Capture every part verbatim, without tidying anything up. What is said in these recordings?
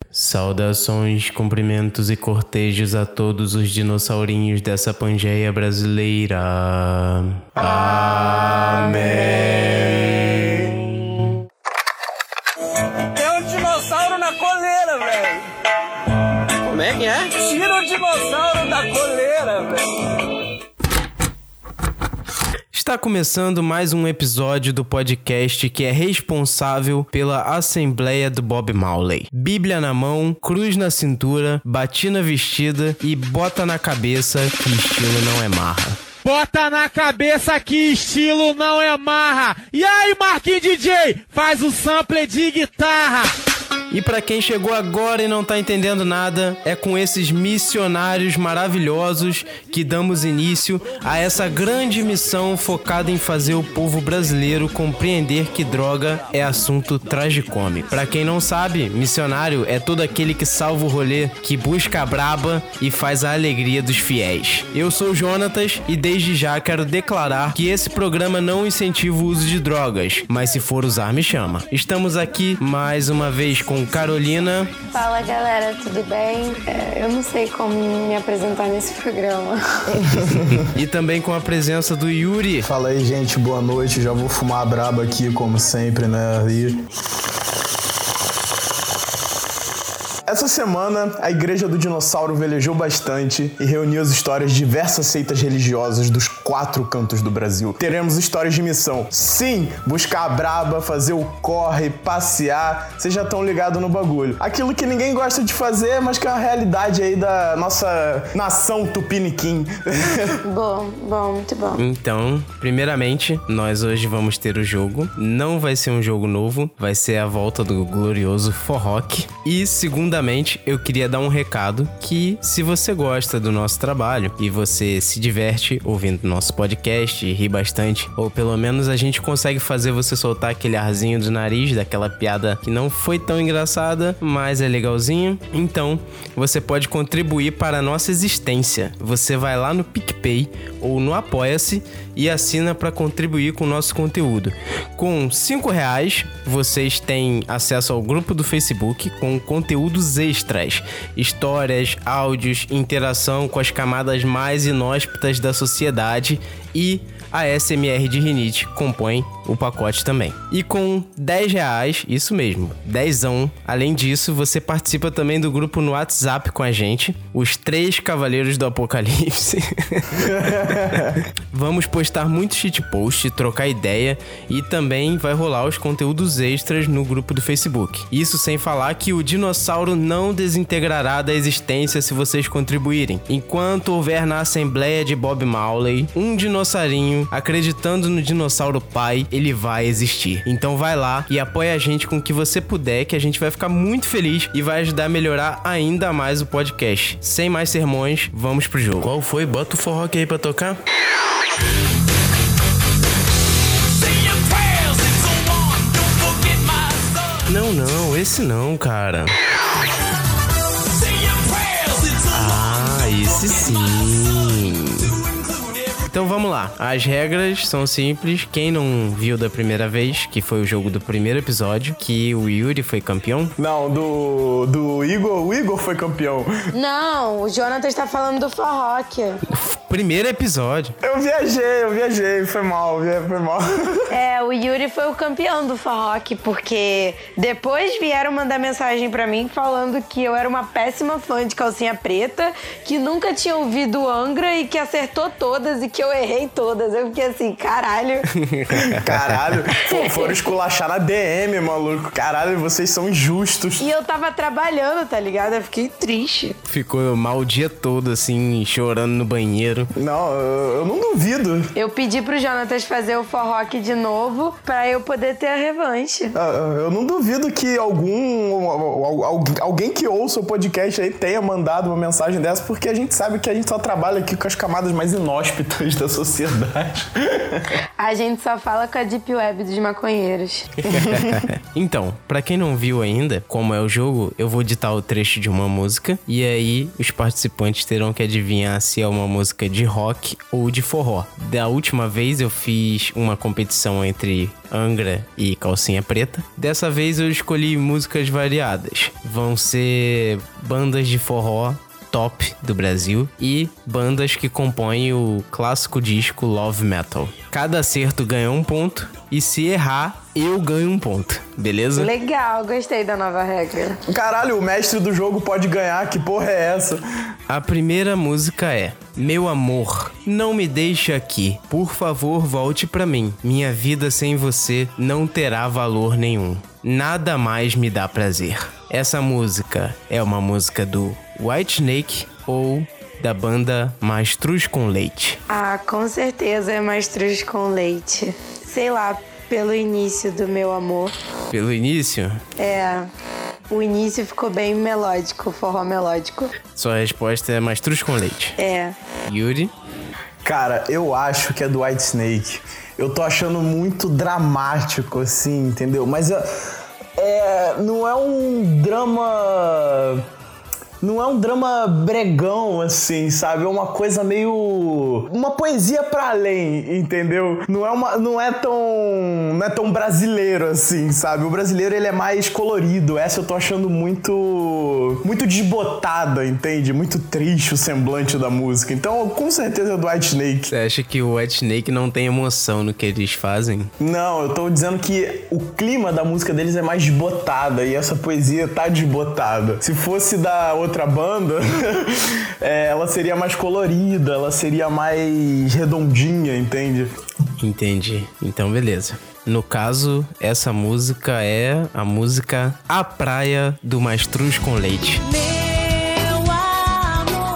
Saudações, cumprimentos e cortejos a todos os dinossaurinhos dessa Pangeia brasileira. Amém. Tem um dinossauro na coleira, velho. Como é que é? Tira o dinossauro da coleira, velho. Está começando mais um episódio do podcast que é responsável pela Assembleia do Bob Marley. Bíblia na mão, cruz na cintura, batina vestida e bota na cabeça que estilo não é marra. Bota na cabeça que estilo não é marra. E aí, Marquinhos D J, faz o sample de guitarra. E pra quem chegou agora e não tá entendendo nada, é com esses missionários maravilhosos que damos início a essa grande missão focada em fazer o povo brasileiro compreender que droga é assunto tragicômico. Pra quem não sabe, missionário é todo aquele que salva o rolê, que busca a braba e faz a alegria dos fiéis. Eu sou o Jonatas e desde já quero declarar que esse programa não incentiva o uso de drogas, mas se for usar, me chama. Estamos aqui mais uma vez com Carolina. Fala galera, tudo bem? É, eu não sei como me apresentar nesse programa. E também com a presença do Yuri. Fala aí, gente, boa noite. Já vou fumar a braba aqui, como sempre, né? E... Essa semana, a Igreja do Dinossauro velejou bastante e reuniu as histórias de diversas seitas religiosas dos quatro cantos do Brasil. Teremos histórias de missão. Sim, buscar a braba, fazer o corre, passear. Vocês já estão ligados no bagulho. Aquilo que ninguém gosta de fazer, mas que é uma realidade aí da nossa nação tupiniquim. Bom, bom, muito bom. Então, primeiramente, nós hoje vamos ter o jogo. Não vai ser um jogo novo, vai ser a volta do glorioso Forrock. E, segunda eu queria dar um recado que se você gosta do nosso trabalho e você se diverte ouvindo nosso podcast e ri bastante, ou pelo menos a gente consegue fazer você soltar aquele arzinho do nariz daquela piada que não foi tão engraçada, mas é legalzinho, então você pode contribuir para a nossa existência. Você vai lá no PicPay ou no Apoia-se e assina para contribuir com o nosso conteúdo. Com cinco reais, vocês têm acesso ao grupo do Facebook com conteúdos extras, histórias, áudios, interação com as camadas mais inóspitas da sociedade e a S M R de rinite compõe o pacote também. E com dez reais, isso mesmo, dezão. Além disso, você participa também do grupo no WhatsApp com a gente, os três Cavaleiros do Apocalipse. Vamos postar muito shitpost, trocar ideia e também vai rolar os conteúdos extras no grupo do Facebook. Isso sem falar que o dinossauro não desintegrará da existência se vocês contribuírem. Enquanto houver na Assembleia de Bob Marley um dinossaurinho acreditando no dinossauro pai, ele vai existir. Então vai lá e apoia a gente com o que você puder, que a gente vai ficar muito feliz e vai ajudar a melhorar ainda mais o podcast. Sem mais sermões, vamos pro jogo. Qual foi? Bota o forroque aí pra tocar. Não, não, esse não, cara. Ah, esse sim. Então vamos lá, as regras são simples. Quem não viu da primeira vez, que foi o jogo do primeiro episódio, que o Yuri foi campeão? Não, do, do Igor, o Igor foi campeão. Não, o Jonathan está falando do Forrock. Primeiro episódio. Eu viajei, eu viajei, foi mal, foi mal. É, o Yuri foi o campeão do Forrock, porque depois vieram mandar mensagem pra mim falando que eu era uma péssima fã de calcinha preta, que nunca tinha ouvido Angra e que acertou todas e que eu errei todas. Eu fiquei assim, caralho. Caralho, foram esculachar na D M, maluco. Caralho, vocês são injustos. E eu tava trabalhando, tá ligado? Eu fiquei triste. Ficou mal o dia todo, assim, chorando no banheiro. Não, eu, eu não duvido. Eu pedi pro Jonatas fazer o Forrock de novo pra eu poder ter a revanche. Eu não duvido que algum... alguém que ouça o podcast aí tenha mandado uma mensagem dessa, porque a gente sabe que a gente só trabalha aqui com as camadas mais inóspitas luz da sociedade. A gente só fala com a Deep Web dos maconheiros. Então, pra quem não viu ainda como é o jogo, eu vou ditar o trecho de uma música e aí os participantes terão que adivinhar se é uma música de rock ou de forró. Da última vez eu fiz uma competição entre Angra e Calcinha Preta. Dessa vez eu escolhi músicas variadas. Vão ser bandas de forró top do Brasil e bandas que compõem o clássico disco Love Metal. Cada acerto ganha um ponto e se errar, eu ganho um ponto, beleza? Legal, gostei da nova regra. Caralho, o mestre do jogo pode ganhar, que porra é essa? A primeira música é: Meu amor, não me deixe aqui, por favor volte pra mim. Minha vida sem você não terá valor nenhum. Nada mais me dá prazer. Essa música é uma música do Whitesnake ou da banda Mastruz com Leite? Ah, com certeza é Mastruz com Leite. Sei lá, pelo início do Meu Amor. Pelo início? É, o início ficou bem melódico, forró melódico. Sua resposta é Mastruz com Leite? É. Yuri? Cara, eu acho que é do Whitesnake. Eu tô achando muito dramático, assim, entendeu? Mas é, é, não é um drama... Não é um drama bregão, assim, sabe? É uma coisa meio... Uma poesia pra além, entendeu? Não é, uma, não é tão... Não é tão brasileiro, assim, sabe? O brasileiro, ele é mais colorido. Essa eu tô achando muito... Muito desbotada, entende? Muito triste o semblante da música. Então, com certeza é do Whitesnake. Você acha que o Whitesnake não tem emoção no que eles fazem? Não, eu tô dizendo que o clima da música deles é mais desbotada. E essa poesia tá desbotada. Se fosse da outra outra banda, é, ela seria mais colorida, ela seria mais redondinha, entende? Entendi. Então, beleza. No caso, essa música é a música A Praia do Mastruz com Leite. Meu amor.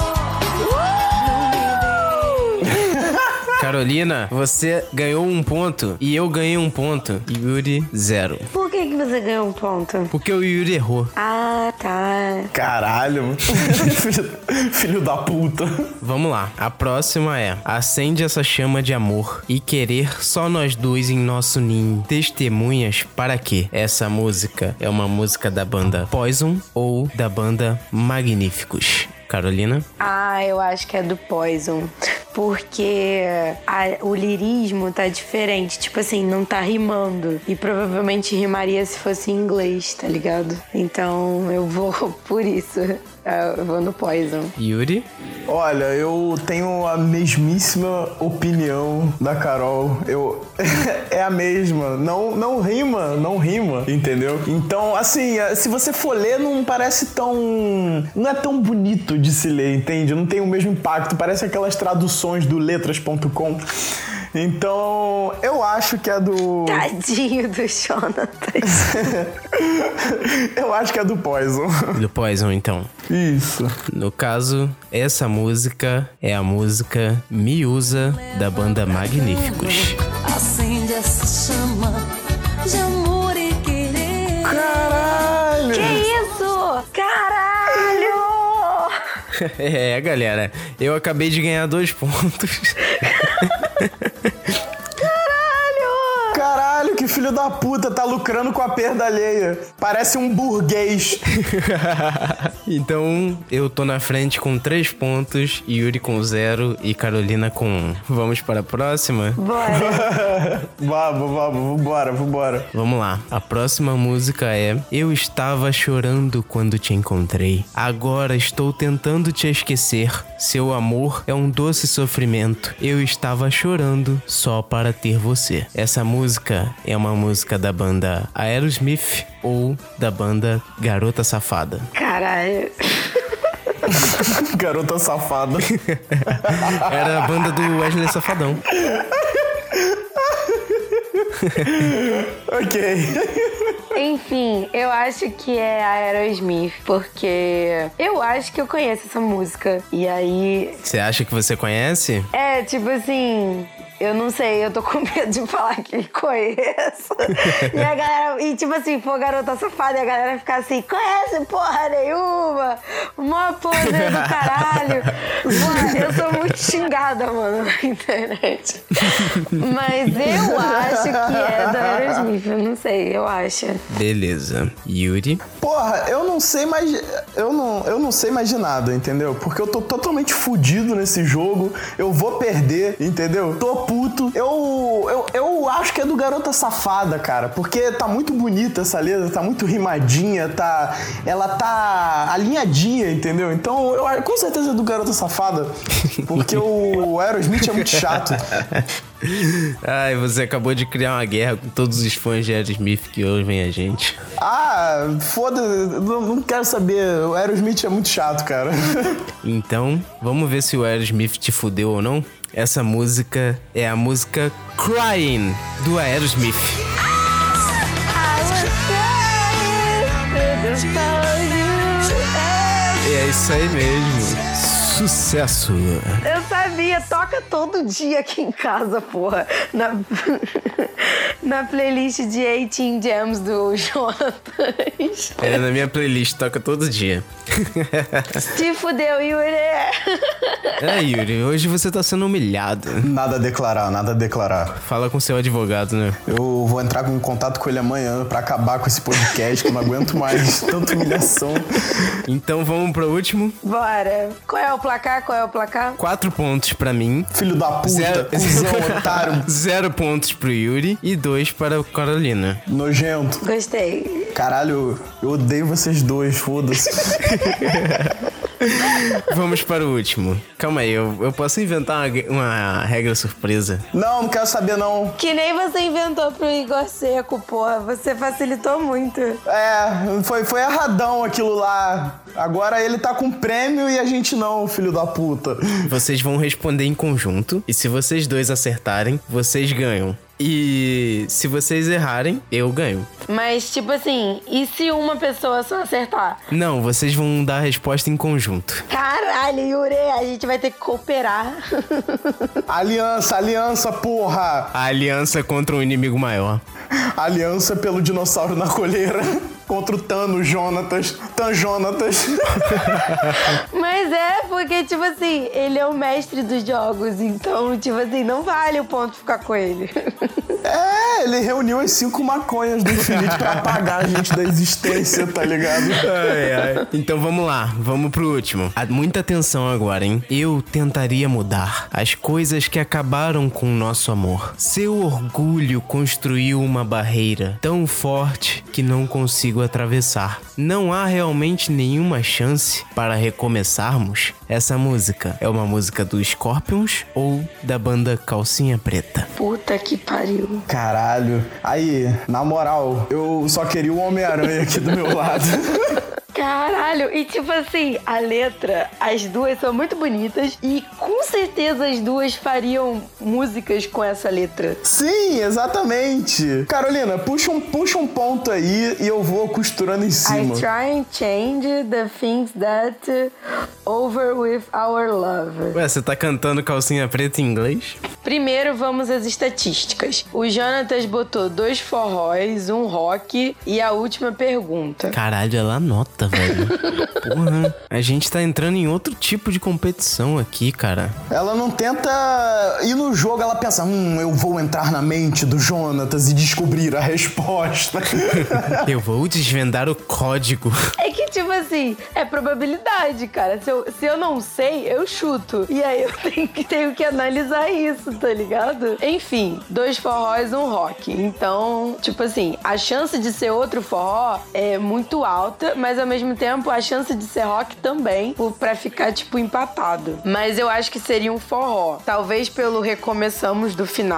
Carolina, você ganhou um ponto e eu ganhei um ponto. Yuri, zero. Por que, que você ganhou um ponto? Porque o Yuri errou. Ah, tá. Caralho. filho, filho da puta. Vamos lá. A próxima é: acende essa chama de amor e querer só nós dois em nosso ninho. Testemunhas para quê? Essa música é uma música da banda Poison ou da banda Magníficos? Carolina? Ah, eu acho que é do Poison. Porque a, o lirismo tá diferente. Tipo assim, não tá rimando. E provavelmente rimaria se fosse em inglês, tá ligado? Então eu vou por isso. Eu vou no Poison. Yuri? Olha, eu tenho a mesmíssima opinião da Carol. Eu... é a mesma. Não, não rima, não rima, entendeu? Então, assim, se você for ler, não parece tão... Não é tão bonito de se ler, entende? Não tem o mesmo impacto. Parece aquelas traduções do letras ponto com. Então, eu acho que é do... Tadinho do Jonatas. Eu acho que é do Poison. Do Poison, então. Isso. No caso, essa música é a música Me Usa, da banda Magníficos. Acende essa chama de amor e querer. Caralho! Que isso? Caralho! É, galera, eu acabei de ganhar dois pontos. Caralho, que filho da puta, tá lucrando com a perda alheia. Parece um burguês. Então, eu tô na frente com três pontos, Yuri com zero e Carolina com um. Vamos para a próxima? Bora. Vamos, vamos, vambora, vambora. Vamos lá. A próxima música é: Eu estava chorando quando te encontrei. Agora estou tentando te esquecer. Seu amor é um doce sofrimento. Eu estava chorando só para ter você. Essa música é uma música da banda Aerosmith ou da banda Garota Safada? Caralho. Garota Safada. Era a banda do Wesley Safadão. Ok. Enfim, eu acho que é a Aerosmith, porque eu acho que eu conheço essa música. E aí... Você acha que você conhece? É, tipo assim... eu não sei, eu tô com medo de falar que conheço. E a galera, e tipo assim, pô, garota safada, e a galera ficar assim, conhece porra nenhuma, mó poder do caralho. Pô, eu sou muito xingada, mano, na internet. Mas eu acho que é do Aerosmith, eu não sei, eu acho. Beleza. Yuri? Porra, eu não sei mais. Eu não, eu não sei mais de nada, entendeu? Porque eu tô totalmente fudido nesse jogo. Eu vou perder, entendeu? Tô puto. Eu, eu, eu acho que é do Garota Safada, cara. Porque tá muito bonita essa letra, tá muito rimadinha, tá. Ela tá alinhadinha, entendeu? Então, eu, com certeza é do Garota Safada. Porque o Aerosmith é muito chato. Ai, você acabou de criar uma guerra com todos os fãs de Aerosmith que ouvem a gente. Ah, foda-se, não, não quero saber. O Aerosmith é muito chato, cara. Então, vamos ver se o Aerosmith te fudeu ou não. Essa música é a música Crying, do Aerosmith. É isso aí mesmo. Sucesso. Eu sabia, toca todo dia aqui em casa, porra. Na, na playlist de eighteen Jams do Jonatas. É, na minha playlist toca todo dia. Se fudeu, Yuri. É, Yuri, hoje você tá sendo humilhado. Nada a declarar, nada a declarar. Fala com seu advogado, né? Eu vou entrar em contato com ele amanhã pra acabar com esse podcast, que eu não aguento mais tanta humilhação. Então vamos pro último. Bora. Qual é o placar? Qual é o placar? Quatro pontos pra mim. Filho da puta, Zero... cuzão, otário. Zero pontos pro Yuri e dois para a Carolina. Nojento. Gostei. Caralho, eu odeio vocês dois, foda-se. Vamos para o último. Calma aí, eu, eu posso inventar uma, uma regra surpresa? Não, não quero saber não. Que nem você inventou pro Igor Seco, porra. Você facilitou muito. É, foi, foi erradão aquilo lá. Agora ele tá com prêmio e a gente não, filho da puta. Vocês vão responder em conjunto e se vocês dois acertarem, vocês ganham. E se vocês errarem, eu ganho. Mas, tipo assim, e se uma pessoa só acertar? Não, vocês vão dar a resposta em conjunto. Caralho, Yuri, a gente vai ter que cooperar. Aliança, aliança, porra! A aliança contra um inimigo maior. Aliança pelo dinossauro na coleira. Contra o Thanos, Jonatas. Tan Jonatas. Mas é, porque, tipo assim, ele é o mestre dos jogos. Então, tipo assim, não vale o ponto ficar com ele. É, ele reuniu as cinco maconhas do infinito pra apagar a gente da existência, tá ligado? Ai, ai. Então vamos lá, vamos pro último. Muita atenção agora, hein? Eu tentaria mudar as coisas que acabaram com o nosso amor. Seu orgulho construiu uma barreira tão forte que não consigo atravessar. Não há realmente nenhuma chance para recomeçarmos? Essa música é uma música do Scorpions ou da banda Calcinha Preta? Puta que pariu. Caralho. Aí, na moral, eu só queria o Homem-Aranha aqui do meu lado. Caralho, e tipo assim, a letra, as duas são muito bonitas e com certeza as duas fariam músicas com essa letra. Sim, exatamente. Carolina, puxa um, puxa um ponto aí e eu vou costurando em cima. I try and change the things that over with our love. Ué, você tá cantando Calcinha Preta em inglês? Primeiro vamos às estatísticas. O Jonatas botou dois forróis, um rock e a última pergunta. Caralho, ela anota, velho. Porra, a gente tá entrando em outro tipo de competição aqui, cara. Ela não tenta ir no jogo, ela pensa, hum, eu vou entrar na mente do Jonatas e descobrir a resposta. Eu vou desvendar o código. É que, tipo assim, é probabilidade, cara. Se eu, se eu não sei, eu chuto. E aí eu tenho que, tenho que analisar isso, tá ligado? Enfim, dois forróis, um rock. Então, tipo assim, a chance de ser outro forró é muito alta, mas ao mesmo tempo a chance de ser rock também, pra ficar, tipo, empatado. Mas eu acho que seria um forró. Talvez pelo recomeçamos do final,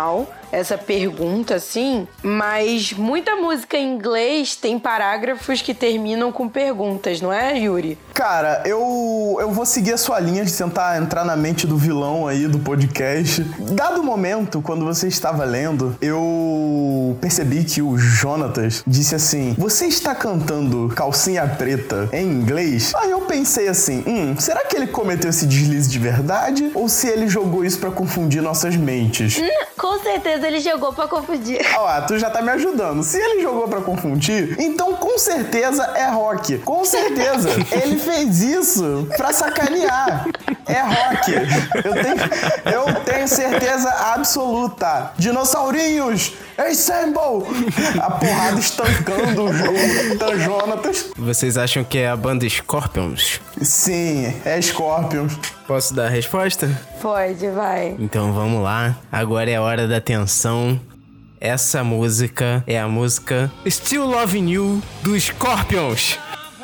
essa pergunta, assim, mas muita música em inglês tem parágrafos que terminam com perguntas, não é, Yuri? Cara, eu, eu vou seguir a sua linha de tentar entrar na mente do vilão aí do podcast. Dado o momento, quando você estava lendo, eu percebi que o Jonatas disse assim: você está cantando Calcinha Preta em inglês? Aí eu pensei assim, hum, será que ele cometeu esse deslize de verdade? Ou se ele jogou isso pra confundir nossas mentes? Hum, com certeza ele jogou pra confundir. Ó, tu já tá me ajudando. Se ele jogou pra confundir, então com certeza é rock. Com certeza. Ele fez isso pra sacanear. É rock. Eu tenho, eu tenho certeza absoluta. Dinossaurinhos, assemble! A porrada estancando o Tan Jonatas. Vocês acham que é a banda Scorpions? Sim, é Scorpions. Posso dar a resposta? Pode, vai. Então vamos lá. Agora é a hora da tensão. Essa música é a música Still Loving You, do Scorpions.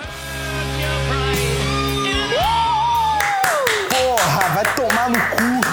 Porra, vai tomar no cu.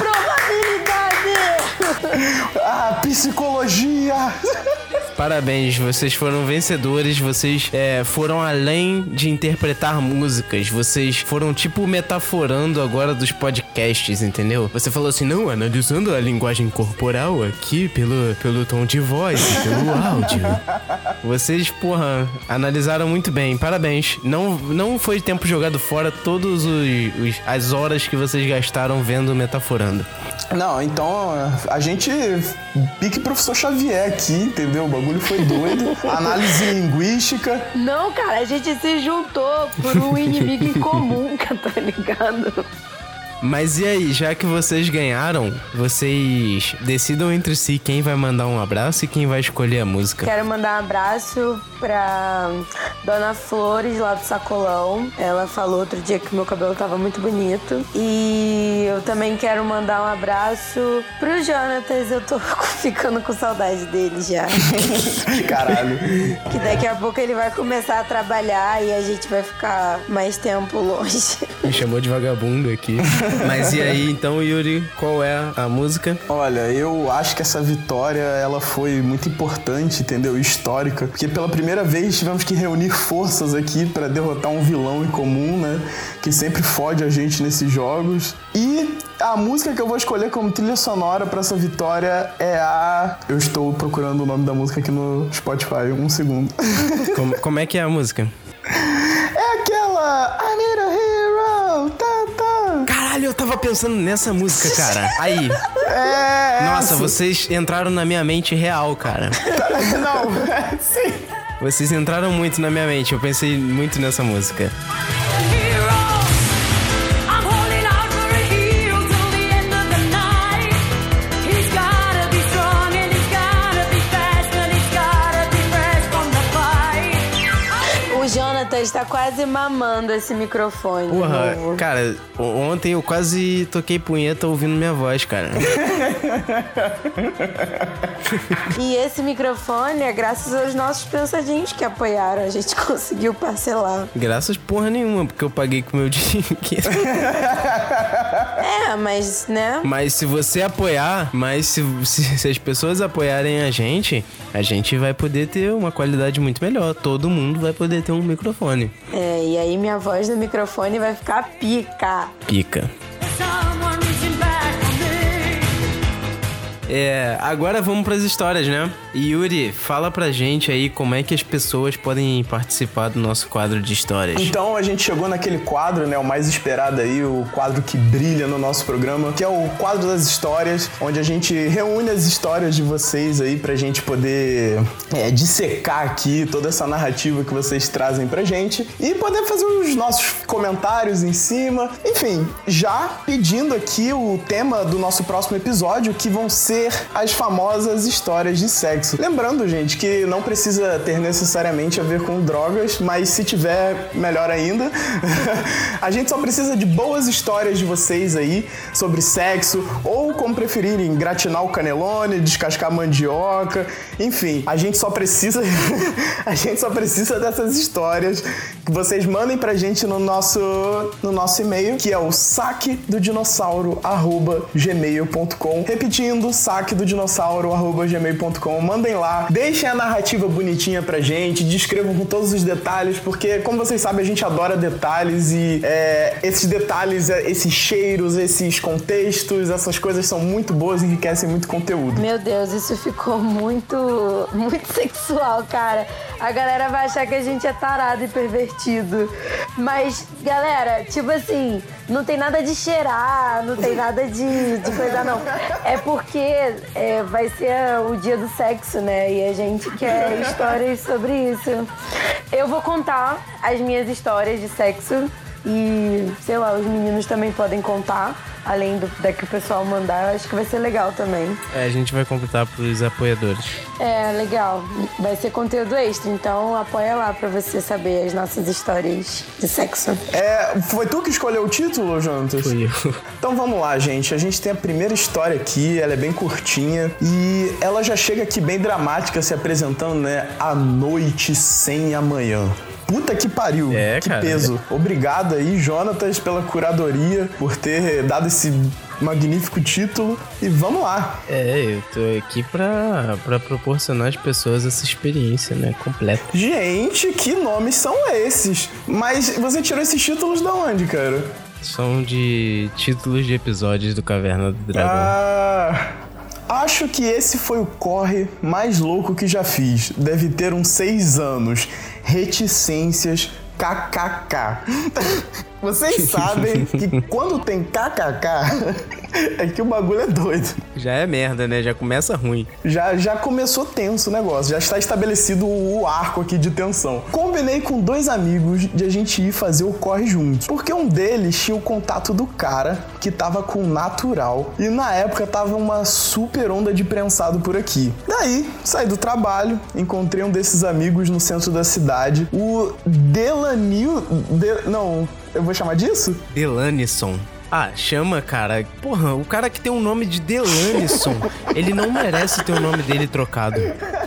Probabilidade! Ah, psicologia. Parabéns, vocês foram vencedores, vocês é, foram além de interpretar músicas, vocês foram tipo metaforando agora dos podcasts, entendeu? Você falou assim, não, analisando a linguagem corporal aqui pelo, pelo tom de voz e pelo áudio. Vocês, porra, analisaram muito bem, parabéns. Não, não foi tempo jogado fora todas as horas que vocês gastaram vendo metaforando. Não, então a gente pique professor Xavier aqui, entendeu? O bagulho foi doido. Análise linguística. Não, cara, a gente se juntou por um inimigo em comum, tá ligado? Mas e aí, já que vocês ganharam, vocês decidam entre si quem vai mandar um abraço e quem vai escolher a música. Quero mandar um abraço pra Dona Flores, lá do Sacolão. Ela falou outro dia que meu cabelo tava muito bonito. E eu também quero mandar um abraço pro Jonatas. Eu tô ficando com saudade dele já. Caralho. Que daqui a pouco ele vai começar a trabalhar e a gente vai ficar mais tempo longe. Me chamou de vagabundo aqui. Mas e aí, então, Yuri, qual é a música? Olha, eu acho que essa vitória, ela foi muito importante, entendeu? Histórica. Porque pela primeira vez tivemos que reunir forças aqui pra derrotar um vilão em comum, né? Que sempre fode a gente nesses jogos. E a música que eu vou escolher como trilha sonora pra essa vitória é a... Eu estou procurando o nome da música aqui no Spotify. Um segundo. Como, como é que é a música? É aquela... I need a hero, tá, tá. Caralho, eu tava pensando nessa música, cara. Aí. É... Nossa, essa. vocês entraram na minha mente real, cara. Não, sim. Vocês entraram muito na minha mente. Eu pensei muito nessa música. Está quase mamando esse microfone. Porra, novo. cara, ontem eu quase toquei punheta ouvindo minha voz, cara. E esse microfone é graças aos nossos pensadinhos que apoiaram. A gente conseguiu parcelar. Graças porra nenhuma, porque eu paguei com o meu dinheiro. É, mas, né? Mas se você apoiar, mas se, se, se as pessoas apoiarem a gente, a gente vai poder ter uma qualidade muito melhor. Todo mundo vai poder ter um microfone. É, e aí minha voz no microfone vai ficar pica. Pica. É, agora vamos pras histórias, né? Yuri, fala pra gente aí como é que as pessoas podem participar do nosso quadro de histórias. Então a gente chegou naquele quadro, né, o mais esperado aí, o quadro que brilha no nosso programa, que é o quadro das histórias, onde a gente reúne as histórias de vocês aí pra gente poder é, dissecar aqui toda essa narrativa que vocês trazem pra gente e poder fazer os nossos comentários em cima. Enfim, já pedindo aqui o tema do nosso próximo episódio, que vão ser as famosas histórias de sexo. Lembrando, gente, que não precisa ter necessariamente a ver com drogas, mas se tiver, melhor ainda. A gente só precisa de boas histórias de vocês aí sobre sexo, ou como preferirem, gratinar o canelone, descascar a mandioca, enfim, a gente só precisa a gente só precisa dessas histórias que vocês mandem pra gente no nosso no nosso e-mail, que é o saque do dinossauro arroba gmail ponto com. Repetindo, saque do dinossauro arroba gmail ponto com. Mandem lá, deixem a narrativa bonitinha pra gente, descrevam com todos os detalhes, porque, como vocês sabem, a gente adora detalhes e é, esses detalhes, esses cheiros, esses contextos, essas coisas são muito boas e enriquecem muito conteúdo. Meu Deus, isso ficou muito, muito sexual, cara. A galera vai achar que a gente é tarado e pervertido. Mas, galera, tipo assim, não tem nada de cheirar, não tem nada de, de coisa, não. É porque é, vai ser o dia do sexo, né? E a gente quer histórias sobre isso. Eu vou contar as minhas histórias de sexo e, sei lá, os meninos também podem contar. Além do, da que o pessoal mandar, acho que vai ser legal também. É, a gente vai completar pros apoiadores. É, legal. Vai ser conteúdo extra, então apoia lá pra você saber as nossas histórias de sexo. É, foi tu que escolheu o título, Jonatas? Fui eu. Então vamos lá, gente. A gente tem a primeira história aqui, ela é bem curtinha e ela já chega aqui bem dramática, se apresentando, né? A Noite Sem Amanhã. Puta que pariu, é, que cara. peso. Obrigado aí, Jonatas, pela curadoria, por ter dado esse magnífico título. E vamos lá. É, eu tô aqui pra, pra proporcionar às pessoas essa experiência, né, completa. Gente, que nomes são esses? Mas você tirou esses títulos da onde, cara? São de títulos de episódios do Caverna do Dragão. Ah... Acho que esse foi o corre mais louco que já fiz. Deve ter uns seis anos. Reticências kkk. Vocês sabem que quando tem kkk é que o bagulho é doido. Já é merda, né? Já começa ruim. Já, já começou tenso o negócio. Já está estabelecido o arco aqui de tensão. Combinei com dois amigos de a gente ir fazer o corre juntos. Porque um deles tinha o contato do cara que tava com natural. E na época tava uma super onda de prensado por aqui. Daí, saí do trabalho, encontrei um desses amigos no centro da cidade. O Delanil... De, não... Eu vou chamar disso? Delanisson. Ah, chama, cara. Porra, o cara que tem um nome de Delanisson, ele não merece ter o nome dele trocado.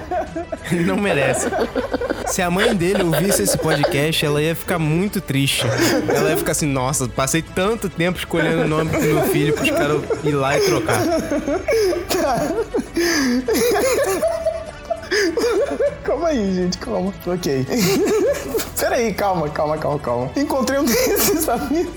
Ele não merece. Se a mãe dele ouvisse esse podcast, ela ia ficar muito triste. Ela ia ficar assim, nossa, passei tanto tempo escolhendo o nome do meu filho pros caras ir lá e trocar. Calma aí, gente, calma. Ok. Peraí, calma, calma, calma, calma. Encontrei um desses amigos.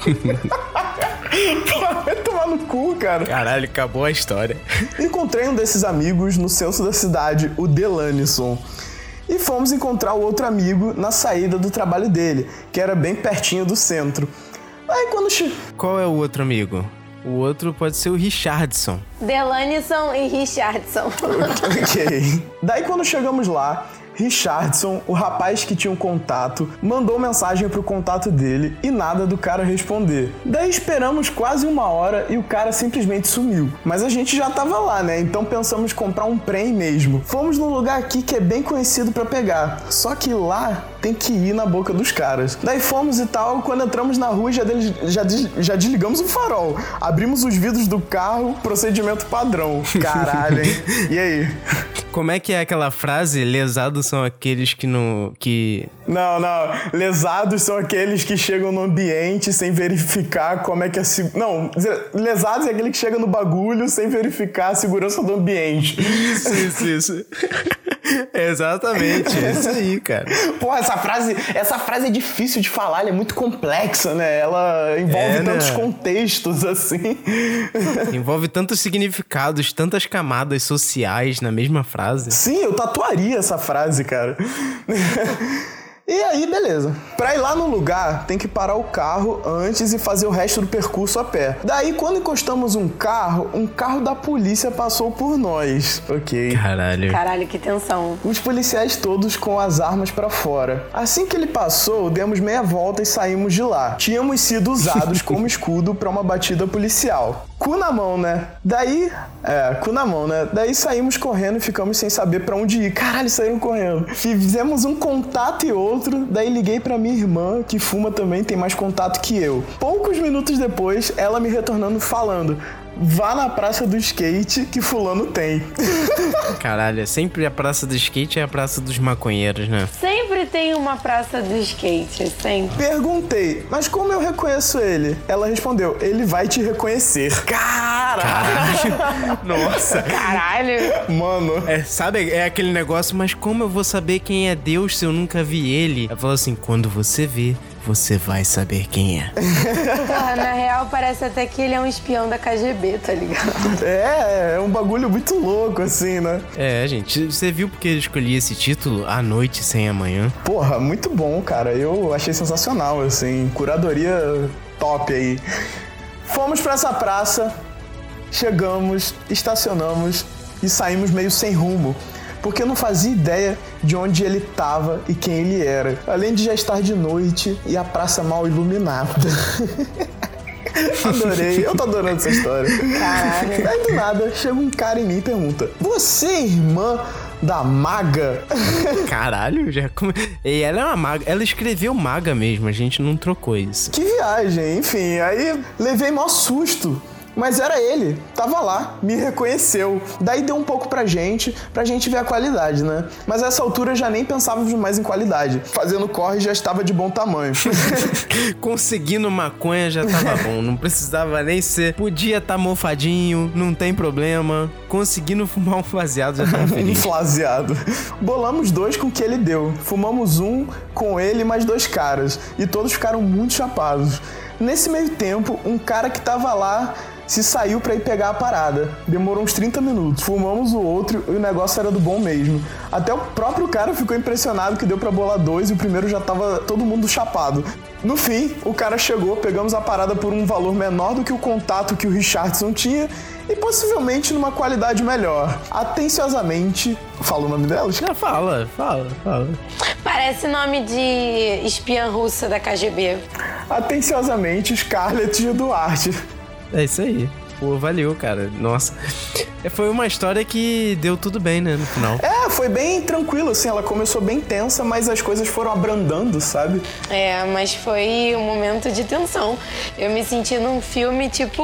Vai tomar no cu, cara. Caralho, acabou a história. Encontrei um desses amigos no centro da cidade, o Delanisson. E fomos encontrar o outro amigo na saída do trabalho dele, que era bem pertinho do centro. Aí quando... Che... Qual é o outro amigo? O outro pode ser o Richardson. Delanisson e Richardson. Ok. Daí quando chegamos lá, Richardson, o rapaz que tinha um contato, mandou mensagem pro contato dele e nada do cara responder. Daí esperamos quase uma hora e o cara simplesmente sumiu. Mas a gente já tava lá, né? Então pensamos em comprar um prem mesmo. Fomos num lugar aqui que é bem conhecido pra pegar. Só que lá tem que ir na boca dos caras. Daí fomos e tal, quando entramos na rua já, des- já, des- já desligamos o farol. Abrimos os vidros do carro, procedimento padrão. Caralho, hein? E aí? Como é que é aquela frase? Lesados são aqueles que não... que... Não, não. Lesados são aqueles que chegam no ambiente sem verificar como é que é... Se... Não, lesados é aquele que chega no bagulho sem verificar a segurança do ambiente. Isso, isso, isso. Exatamente, é isso aí, cara. Pô, essa frase, essa frase é difícil de falar, ela é muito complexa, né? Ela envolve é, tantos né? contextos, assim. Envolve tantos significados, tantas camadas sociais na mesma frase. Sim, eu tatuaria essa frase, cara. E aí, beleza. Pra ir lá no lugar, tem que parar o carro antes e fazer o resto do percurso a pé. Daí, quando encostamos um carro, um carro da polícia passou por nós. Ok. Caralho. Caralho, que tensão. Os policiais todos com as armas pra fora. Assim que ele passou, demos meia volta e saímos de lá. Tínhamos sido usados como escudo pra uma batida policial. Cu na mão, né? Daí... É, cu na mão, né? Daí saímos correndo e ficamos sem saber pra onde ir. Caralho, saíram correndo. Fizemos um contato e outro. Daí liguei pra minha irmã, que fuma também, tem mais contato que eu. Poucos minutos depois, ela me retornando falando... Vá na praça do skate que fulano tem. Caralho, é sempre a praça do skate é a praça dos maconheiros, né? Sempre tem uma praça do skate, sempre. Perguntei, mas como eu reconheço ele? Ela respondeu, ele vai te reconhecer. Caralho! Caralho. Nossa. Caralho. Mano. É, sabe, é aquele negócio, mas como eu vou saber quem é Deus se eu nunca vi ele? Ela falou assim, quando você vê, você vai saber quem é. Porra, na real parece até que ele é um espião da K G B, tá ligado? É, é um bagulho muito louco, assim, né? É, gente, você viu porque eu escolhi esse título? A Noite Sem Amanhã? Porra, muito bom, cara. Eu achei sensacional, assim. Curadoria top aí. Fomos pra essa praça, chegamos, estacionamos e saímos meio sem rumo, porque eu não fazia ideia de onde ele tava e quem ele era. Além de já estar de noite e a praça mal iluminada. Adorei, eu tô adorando essa história. Caralho. Aí do nada, chega um cara em mim e pergunta: você é irmã da maga? Caralho, já come... E ela é uma maga, ela escreveu maga mesmo, a gente não trocou isso. Que viagem, enfim, aí levei maior susto. Mas era ele, tava lá, me reconheceu. Daí deu um pouco pra gente, pra gente ver a qualidade, né? Mas a essa altura já nem pensávamos mais em qualidade. Fazendo corre já estava de bom tamanho. Conseguindo maconha já tava bom, não precisava nem ser. Podia tá mofadinho, não tem problema. Conseguindo fumar um faseado já tava feliz. Flaseado. Bolamos dois com o que ele deu. Fumamos um com ele e mais dois caras. E todos ficaram muito chapados. Nesse meio tempo, um cara que tava lá se saiu pra ir pegar a parada. Demorou uns trinta minutos. Fumamos o outro e o negócio era do bom mesmo. Até o próprio cara ficou impressionado que deu pra bolar dois e o primeiro já tava todo mundo chapado. No fim, o cara chegou, pegamos a parada por um valor menor do que o contato que o Richardson tinha e possivelmente numa qualidade melhor. Atenciosamente... Fala o nome dela? Já fala, fala, fala. Parece nome de espiã russa da K G B. Atenciosamente, Scarlett Duarte. É isso aí. Pô, valeu, cara. Nossa. Foi uma história que deu tudo bem, né, no final. É, foi bem tranquilo, assim. Ela começou bem tensa, mas as coisas foram abrandando, sabe? É, mas foi um momento de tensão. Eu me senti num filme, tipo...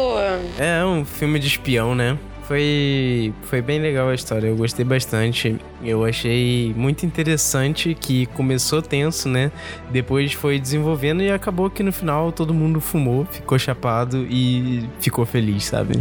É, um filme de espião, né? Foi, foi bem legal a história, eu gostei bastante. Eu achei muito interessante que começou tenso, né? Depois foi desenvolvendo e acabou que no final todo mundo fumou, ficou chapado e ficou feliz, sabe?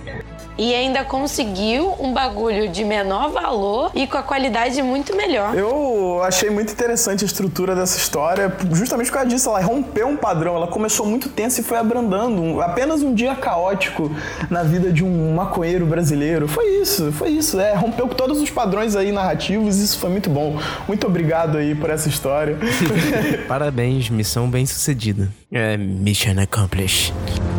E ainda conseguiu um bagulho de menor valor e com a qualidade muito melhor. Eu achei muito interessante a estrutura dessa história, justamente por causa disso. Ela rompeu um padrão, ela começou muito tensa e foi abrandando. Apenas um dia caótico na vida de um maconheiro brasileiro. Foi isso, foi isso. É, rompeu todos os padrões aí narrativos e isso foi muito bom. Muito obrigado aí por essa história. Parabéns, missão bem sucedida. É, mission accomplished.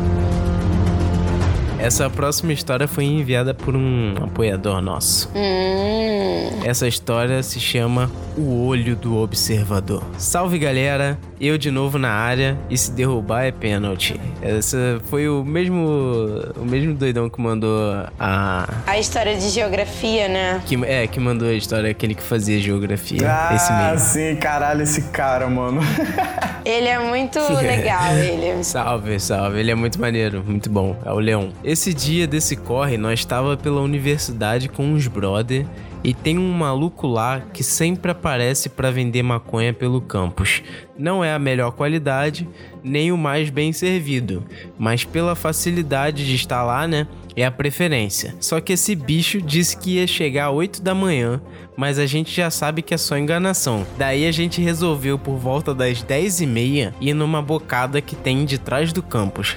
Essa próxima história foi enviada por um apoiador nosso. Hum. Essa história se chama O Olho do Observador. Salve, galera! Eu de novo na área e se derrubar é pênalti. Essa foi o mesmo o mesmo doidão que mandou a... A história de geografia, né? Que, é, que mandou a história, aquele que fazia geografia. Ah, esse mesmo. sim, caralho, esse cara, mano. Ele é muito legal, ele. Salve, salve. Ele é muito maneiro, muito bom. É o Leão. Esse dia desse corre, nós estava pela universidade com uns brother e tem um maluco lá que sempre aparece pra vender maconha pelo campus. Não é a melhor qualidade, nem o mais bem servido, mas pela facilidade de estar lá, né, é a preferência. Só que esse bicho disse que ia chegar às oito da manhã, mas a gente já sabe que é só enganação. Daí a gente resolveu por volta das dez e meia ir numa bocada que tem de trás do campus.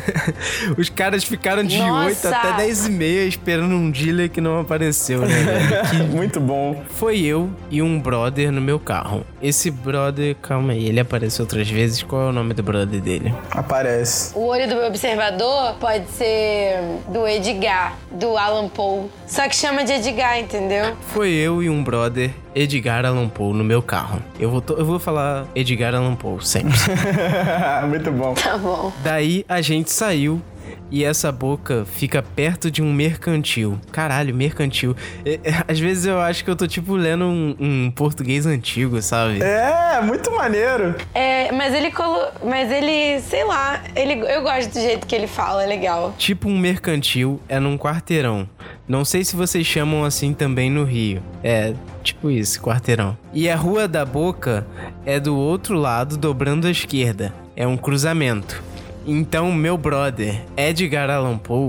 Os caras ficaram de Nossa! oito até dez e meia esperando um dealer que não apareceu, né, velho? Que... Muito bom. Foi eu e um brother no meu carro. Esse brother, calma aí, ele apareceu outras vezes. Qual é o nome do brother dele? Aparece. O olho do observador pode ser do Edgar, do Allan Poe. Só que chama de Edgar, entendeu? Foi eu e um brother, Edgar Allan Poe, no meu carro. Eu vou, to- eu vou falar Edgar Allan Poe sempre. Muito bom. Tá bom. Daí a gente saiu e essa boca fica perto de um mercantil. Caralho, mercantil. É, é, às vezes eu acho que eu tô tipo lendo um, um português antigo, sabe? É, muito maneiro. É, mas ele colo... Mas ele, sei lá, ele... eu gosto do jeito que ele fala, é legal. Tipo um mercantil é num quarteirão. Não sei se vocês chamam assim também no Rio. É, tipo isso, quarteirão. E a Rua da Boca é do outro lado, dobrando à esquerda. É um cruzamento. Então, meu brother, Edgar Allan Poe,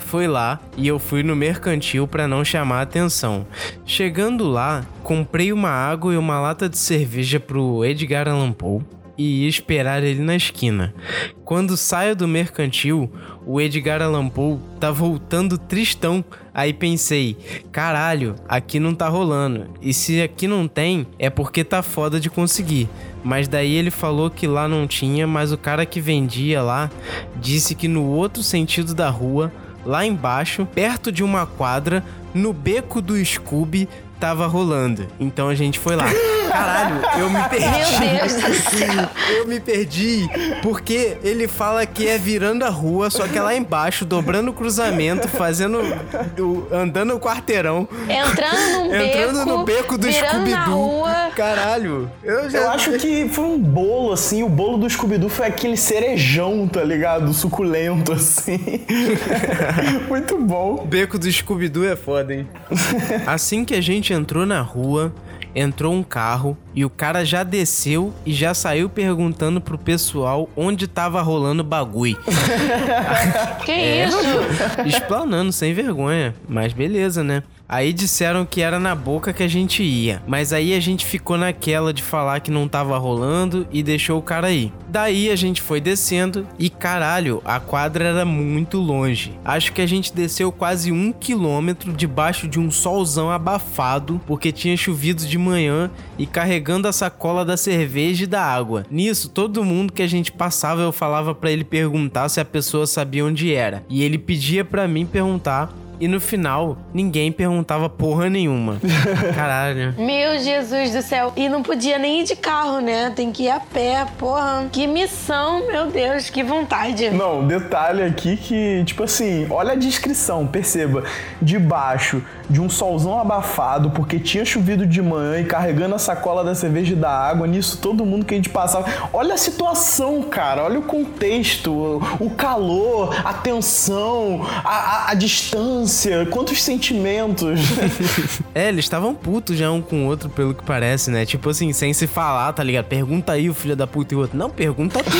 foi lá e eu fui no mercantil pra não chamar a atenção. Chegando lá, comprei uma água e uma lata de cerveja pro Edgar Allan Poe e ia esperar ele na esquina. Quando saio do mercantil, o Edgar Allan Poe tá voltando tristão. Aí pensei, caralho, aqui não tá rolando. E se aqui não tem, é porque tá foda de conseguir. Mas daí ele falou que lá não tinha, mas o cara que vendia lá disse que no outro sentido da rua, lá embaixo, perto de uma quadra, no beco do Scooby, tava rolando. Então a gente foi lá. Caralho, eu me perdi. Meu Deus do céu. Eu me perdi porque ele fala que é virando a rua, só que é lá embaixo, dobrando o cruzamento, fazendo... andando o quarteirão. Entrando num entrando beco, no beco do virando na Scooby-Doo. rua. Caralho. Eu, já... Eu acho que foi um bolo, assim. O bolo do Scooby-Doo foi aquele cerejão, tá ligado? Suculento, assim. Muito bom. O beco do Scooby-Doo é foda, hein? Assim que a gente entrou na rua, entrou um carro e o cara já desceu e já saiu perguntando pro pessoal onde tava rolando bagulho. Que É, isso? explanando, sem vergonha. Mas beleza, né? Aí disseram que era na Boca que a gente ia. Mas aí a gente ficou naquela de falar que não tava rolando e deixou o cara ir. Daí a gente foi descendo e caralho, a quadra era muito longe. Acho que a gente desceu quase um quilômetro debaixo de um solzão abafado, porque tinha chovido de manhã e carregando a sacola da cerveja e da água. Nisso, todo mundo que a gente passava eu falava pra ele perguntar se a pessoa sabia onde era. E ele pedia pra mim perguntar. E no final, ninguém perguntava porra nenhuma. Caralho. Meu Jesus do céu. E não podia nem ir de carro, né? Tem que ir a pé, porra. Que missão, meu Deus, que vontade. Não, detalhe aqui que, tipo assim, olha a descrição, perceba. Debaixo de um solzão abafado, porque tinha chovido de manhã e carregando a sacola da cerveja e da água, nisso todo mundo que a gente passava. Olha a situação, cara, olha o contexto, o calor, a tensão, a, a, a distância. Quantos sentimentos. É, eles estavam putos já um com o outro, pelo que parece, né? Tipo assim, sem se falar, tá ligado? Pergunta aí o filho da puta e o outro. Não, pergunta tu.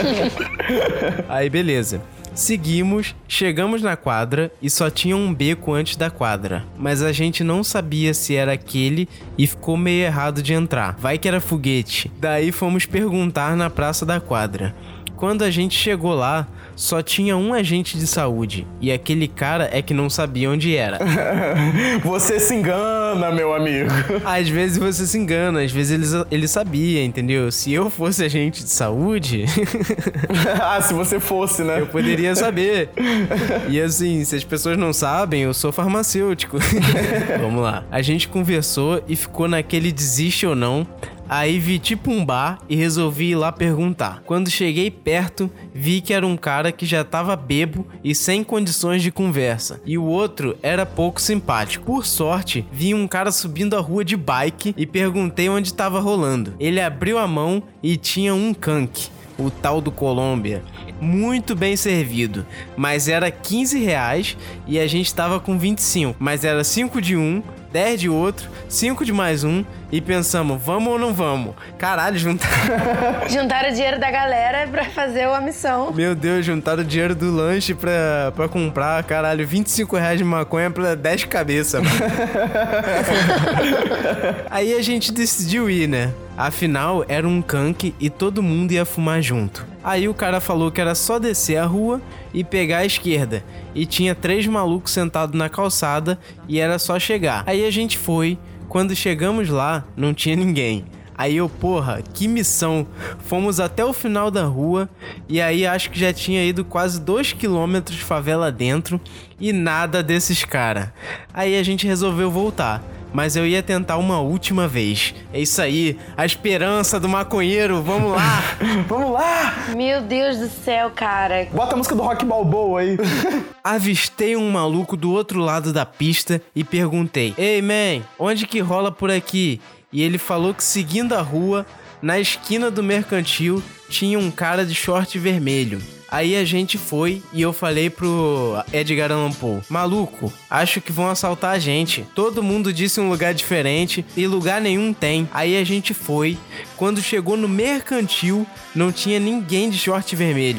Aí, beleza. Seguimos, chegamos na quadra e só tinha um beco antes da quadra. Mas a gente não sabia se era aquele e ficou meio errado de entrar. Vai que era foguete. Daí fomos perguntar na praça da quadra. Quando a gente chegou lá, só tinha um agente de saúde. E aquele cara é que não sabia onde era. Você se engana, meu amigo. Às vezes você se engana, às vezes ele, ele sabia, entendeu? Se eu fosse agente de saúde... Ah, se você fosse, né? Eu poderia saber. E assim, se as pessoas não sabem, eu sou farmacêutico. Vamos lá. A gente conversou e ficou naquele desiste ou não. Aí vi tipo um bar e resolvi ir lá perguntar. Quando cheguei perto, vi que era um cara que já tava bebo e sem condições de conversa. E o outro era pouco simpático. Por sorte, vi um cara subindo a rua de bike e perguntei onde tava rolando. Ele abriu a mão e tinha um canque, o tal do Colômbia. Muito bem servido, mas era quinze reais e a gente tava com vinte e cinco. Mas era cinco de um, dez de outro, cinco de mais um e pensamos, vamos ou não vamos? Caralho, juntaram... Juntaram o dinheiro da galera pra fazer a missão. Meu Deus, juntaram o dinheiro do lanche pra, pra comprar, caralho, vinte e cinco reais de maconha pra dez cabeças, mano. Aí a gente decidiu ir, né? Afinal, era um canque e todo mundo ia fumar junto. Aí o cara falou que era só descer a rua e pegar a esquerda. E tinha três malucos sentados na calçada e era só chegar. Aí a gente foi. Quando chegamos lá, não tinha ninguém. Aí eu, porra, que missão. Fomos até o final da rua e aí acho que já tinha ido quase dois quilômetros de favela dentro e nada desses caras. Aí a gente resolveu voltar. Mas eu ia tentar uma última vez. É isso aí, a esperança do maconheiro, vamos lá! Vamos lá! Meu Deus do céu, cara. Bota a música do Rock Balboa aí. Avistei um maluco do outro lado da pista e perguntei: Ei, man, onde que rola por aqui? E ele falou que seguindo a rua, na esquina do mercantil, tinha um cara de short vermelho. Aí a gente foi e eu falei pro Edgar Allan Poe: Maluco, acho que vão assaltar a gente. Todo mundo disse um lugar diferente e lugar nenhum tem. Aí a gente foi. Quando chegou no mercantil, não tinha ninguém de short vermelho.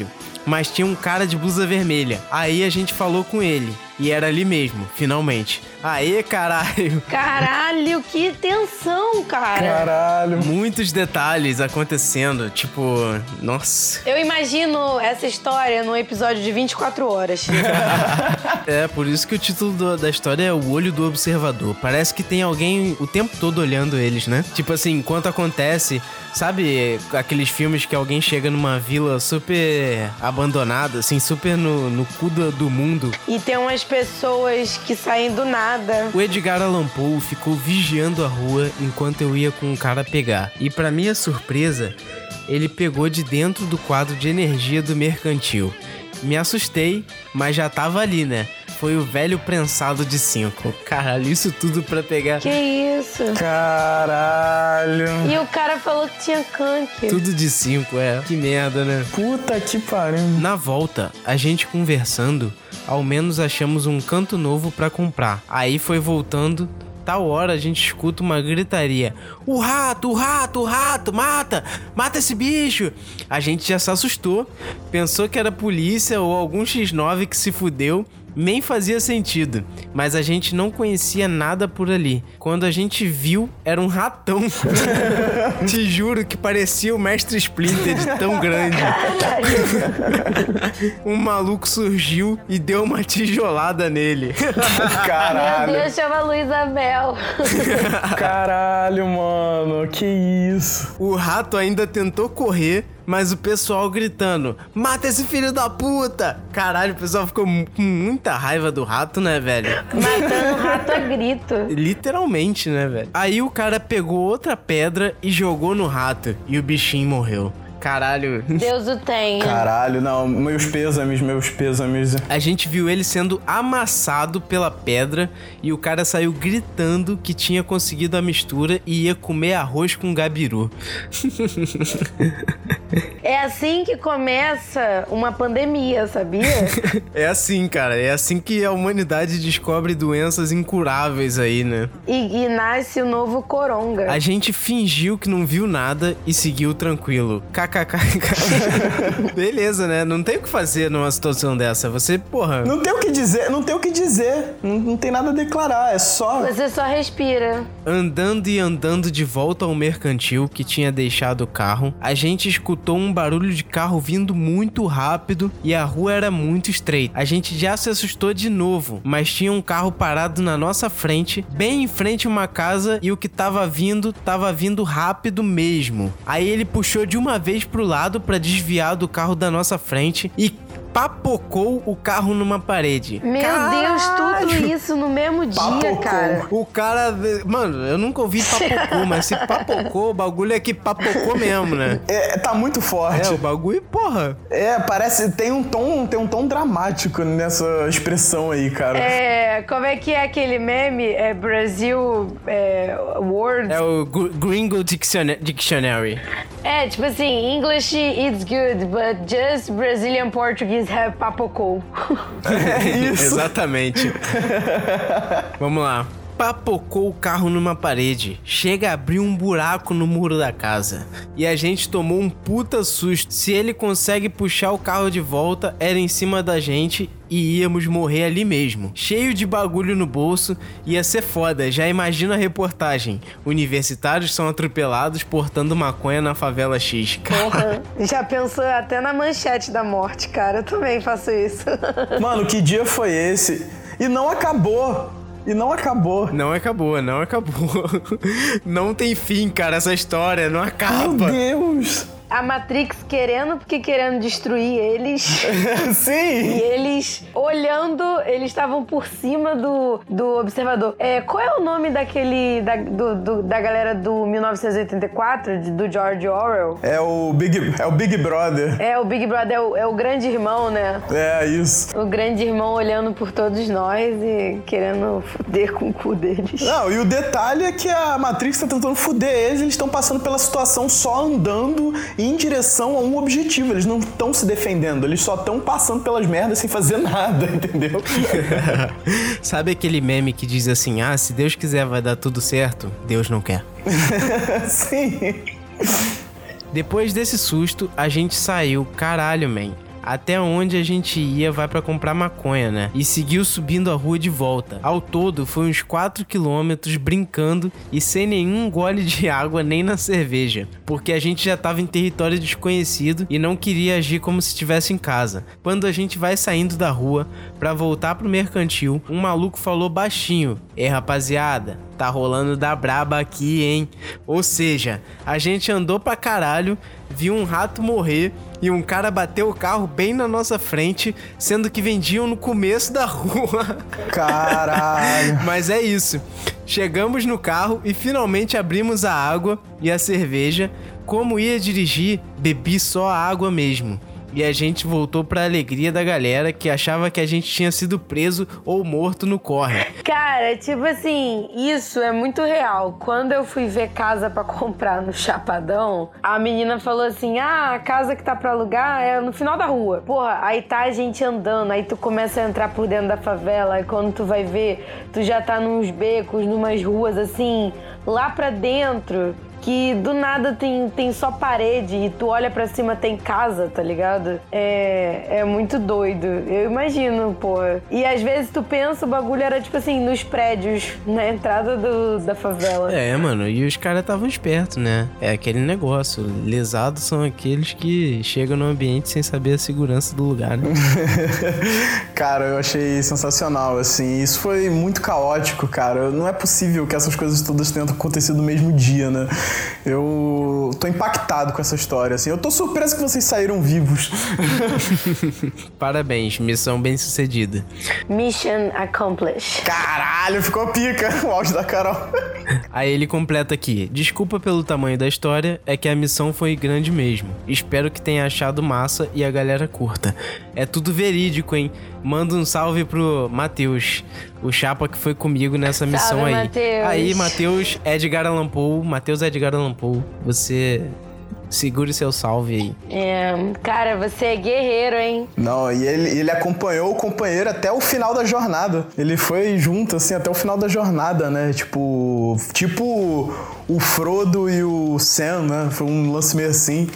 mas tinha um cara de blusa vermelha. Aí a gente falou com ele. E era ali mesmo, finalmente. Aê, caralho! Caralho, que tensão, cara! Caralho! Muitos detalhes acontecendo, tipo... Nossa! Eu imagino essa história num episódio de vinte e quatro horas. É, por isso que o título do, da história é O Olho do Observador. Parece que tem alguém o tempo todo olhando eles, né? Tipo assim, enquanto acontece... Sabe aqueles filmes que alguém chega numa vila super abandonada, assim, super no, no cu do, do mundo? E tem umas pessoas que saem do nada. O Edgar Allan Poe ficou vigiando a rua enquanto eu ia com um cara pegar. E pra minha surpresa, ele pegou de dentro do quadro de energia do mercantil. Me assustei, mas já tava ali, né? Foi o velho prensado de cinco. Caralho, isso tudo pra pegar... Que isso? Caralho. E o cara falou que tinha canque. Tudo de cinco, é. Que merda, né? Puta que pariu. Na volta, a gente conversando, ao menos achamos um canto novo pra comprar. Aí foi voltando... Tal hora a gente escuta uma gritaria. O rato, o rato, o rato, mata! Mata esse bicho! A gente já se assustou, pensou que era polícia ou algum xis nove que se fudeu. Nem fazia sentido, mas a gente não conhecia nada por ali. Quando a gente viu, era um ratão. Te juro que parecia o Mestre Splinter de tão grande. Um maluco surgiu e deu uma tijolada nele. Caralho. Meu Deus, chama Luísa Mel. Caralho, mano, que isso. O rato ainda tentou correr, mas o pessoal gritando, mata esse filho da puta! Caralho, o pessoal ficou com muita raiva do rato, né, velho? Matando o rato a grito. Literalmente, né, velho? Aí o cara pegou outra pedra e jogou no rato, e o bichinho morreu. Caralho. Deus o tenha. Caralho, não, meus pêsames, meus pêsames. A gente viu ele sendo amassado pela pedra e o cara saiu gritando que tinha conseguido a mistura e ia comer arroz com gabiru. É assim que começa uma pandemia, sabia? É assim, cara. É assim que a humanidade descobre doenças incuráveis aí, né? E, e nasce o novo coronga. A gente fingiu que não viu nada e seguiu tranquilo. Kkk. Beleza, né? Não tem o que fazer numa situação dessa. Você, porra... Não tem o que dizer, não tem o que dizer. Não, não tem nada a declarar, é só... Você só respira. Andando e andando de volta ao mercantil que tinha deixado o carro, a gente escutou um barulho de carro vindo muito rápido e a rua era muito estreita. A gente já se assustou de novo, mas tinha um carro parado na nossa frente, bem em frente a uma casa, e o que tava vindo, tava vindo rápido mesmo. Aí ele puxou de uma vez pro lado pra desviar do carro da nossa frente e papocou o carro numa parede. Meu Caralho! Deus, tudo isso no mesmo dia, Papocou. cara. O cara... Mano, eu nunca ouvi papocou, mas se papocou, o bagulho é que papocou mesmo, né? É, tá muito forte. É, o bagulho, porra. É, parece... Tem um tom, tem um tom dramático nessa expressão aí, cara. É, como é que é aquele meme? É Brasil é, Words? É o Gr- Gringo Dictiona- Dictionary. É, tipo assim, English it's good, but just Brazilian Portuguese have papocou. É isso. Exatamente. Vamos lá. Papocou o carro numa parede. Chega a abrir um buraco no muro da casa. E a gente tomou um puta susto. Se ele consegue puxar o carro de volta, era em cima da gente e íamos morrer ali mesmo. Cheio de bagulho no bolso, ia ser foda. Já imagina a reportagem. Universitários são atropelados portando maconha na favela X. Porra, já pensou até na manchete da morte, cara. Eu também faço isso. Mano, que dia foi esse? E não acabou. E não acabou. Não acabou, não acabou. Não tem fim, cara, essa história. Não acaba. Meu Deus. A Matrix querendo, porque querendo destruir eles. Sim. E eles olhando, eles estavam por cima do, do observador. É, qual é o nome daquele, da, do, do, da galera do mil novecentos e oitenta e quatro, de, do George Orwell? É o Big, é o Big Brother. É, o Big Brother é o, é o grande irmão, né? É, isso. O grande irmão olhando por todos nós e querendo foder com o cu deles. Não, e o detalhe é que a Matrix tá tentando foder eles, eles estão passando pela situação só andando em direção a um objetivo. Eles não estão se defendendo, eles só estão passando pelas merdas sem fazer nada, entendeu? Sabe aquele meme que diz assim, ah, se Deus quiser vai dar tudo certo? Deus não quer. Sim. Depois desse susto, a gente saiu, caralho, man. até onde a gente ia vai pra comprar maconha, né? E seguiu subindo a rua de volta. Ao todo, foi uns quatro quilômetros brincando e sem nenhum gole de água nem na cerveja, porque a gente já tava em território desconhecido e não queria agir como se estivesse em casa. Quando a gente vai saindo da rua pra voltar pro mercantil, um maluco falou baixinho: "Ei, rapaziada, tá rolando da braba aqui, hein?" Ou seja, a gente andou pra caralho, viu um rato morrer e um cara bateu o carro bem na nossa frente, sendo que vendiam no começo da rua. Caralho. Mas é isso. Chegamos no carro e finalmente abrimos a água e a cerveja. Como ia dirigir, bebi só a água mesmo. E a gente voltou pra alegria da galera que achava que a gente tinha sido preso ou morto no corre. Cara, tipo assim, isso é muito real. Quando eu fui ver casa pra comprar no Chapadão, a menina falou assim: ah, a casa que tá pra alugar é no final da rua. Porra, aí tá a gente andando, aí tu começa a entrar por dentro da favela, aí quando tu vai ver, tu já tá nos becos, numas ruas assim, lá pra dentro, que do nada tem, tem só parede e tu olha pra cima, tem casa, tá ligado? É, é muito doido. Eu imagino, porra. E às vezes tu pensa, o bagulho era tipo assim, nos prédios, na entrada do, da favela. É, mano, e os caras estavam espertos, né? É aquele negócio. Lesados são aqueles que chegam no ambiente sem saber a segurança do lugar, né? Cara, eu achei sensacional, assim. Isso foi muito caótico, cara. Não é possível que essas coisas todas tenham acontecido no mesmo dia, né? Eu tô impactado com essa história, assim. Eu tô surpreso que vocês saíram vivos. Parabéns, missão bem sucedida. Mission accomplished. Caralho, ficou pica o áudio da Carol. Aí ele completa aqui: desculpa pelo tamanho da história, é que a missão foi grande mesmo. Espero que tenha achado massa e a galera curta. É tudo verídico, hein? Manda um salve pro Matheus, o chapa que foi comigo nessa missão salve, aí. Mateus. Aí, Matheus Edgar Allan Poe, Matheus Edgar Allan Poe, você segure seu salve aí. É, cara, você é guerreiro, hein? Não, e ele, ele acompanhou o companheiro até o final da jornada. Ele foi junto, assim, até o final da jornada, né? Tipo, tipo o Frodo e o Sam, né? Foi um lance meio assim.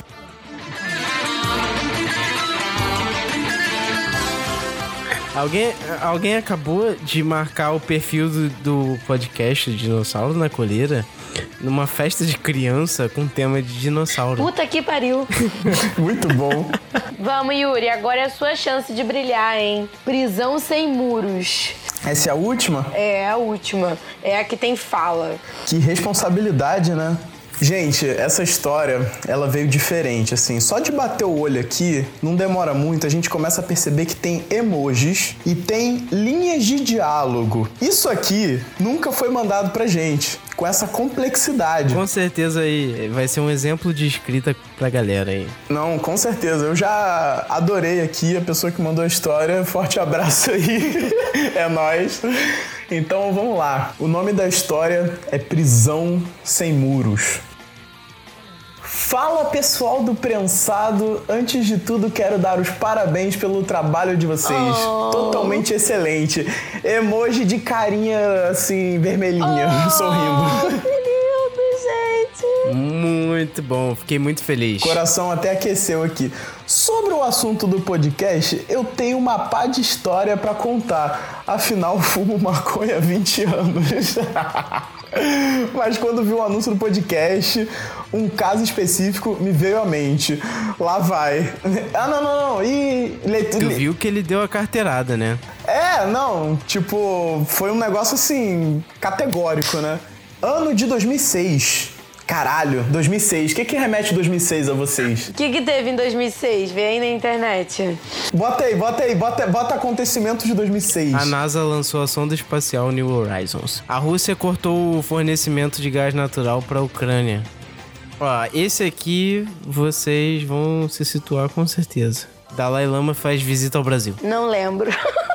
Alguém, alguém acabou de marcar o perfil do, do podcast Dinossauro na Coleira numa festa de criança com tema de dinossauro. Puta que pariu. Muito bom. Vamos, Yuri, agora é a sua chance de brilhar, hein? Prisão sem muros. Essa é a última? É a última. É a que tem fala. Que responsabilidade, né? Gente, essa história, ela veio diferente, assim. Só de bater o olho aqui, não demora muito, a gente começa a perceber que tem emojis e tem linhas de diálogo. Isso aqui nunca foi mandado pra gente, com essa complexidade. Com certeza aí vai ser um exemplo de escrita pra galera aí. Não, com certeza. Eu já adorei aqui a pessoa que mandou a história. Forte abraço aí. É nóis. Então, vamos lá. O nome da história é Prisão Sem Muros. Fala, pessoal do Prensado, antes de tudo quero dar os parabéns pelo trabalho de vocês, oh. Totalmente excelente. Emoji de carinha assim, vermelhinha, oh. Sorrindo. Que lindo, gente. Muito bom, fiquei muito feliz. Coração até aqueceu aqui. Sobre o assunto do podcast, eu tenho uma pá de história pra contar. Afinal, fumo maconha há vinte anos. Mas quando vi o anúncio do podcast, um caso específico me veio à mente. Lá vai. Ah, não, não, não. E... Tu viu que ele deu a carteirada, né? É, não. Tipo, foi um negócio assim, categórico, né? Ano de dois mil e seis. Caralho, dois mil e seis. O que que remete dois mil e seis a vocês? O que que teve em dois mil e seis? Vê aí na internet. Bota aí, bota aí, bota, bota acontecimentos de dois mil e seis. A NASA lançou a sonda espacial New Horizons. A Rússia cortou o fornecimento de gás natural para a Ucrânia. Ó, esse aqui vocês vão se situar com certeza. Dalai Lama faz visita ao Brasil. Não lembro.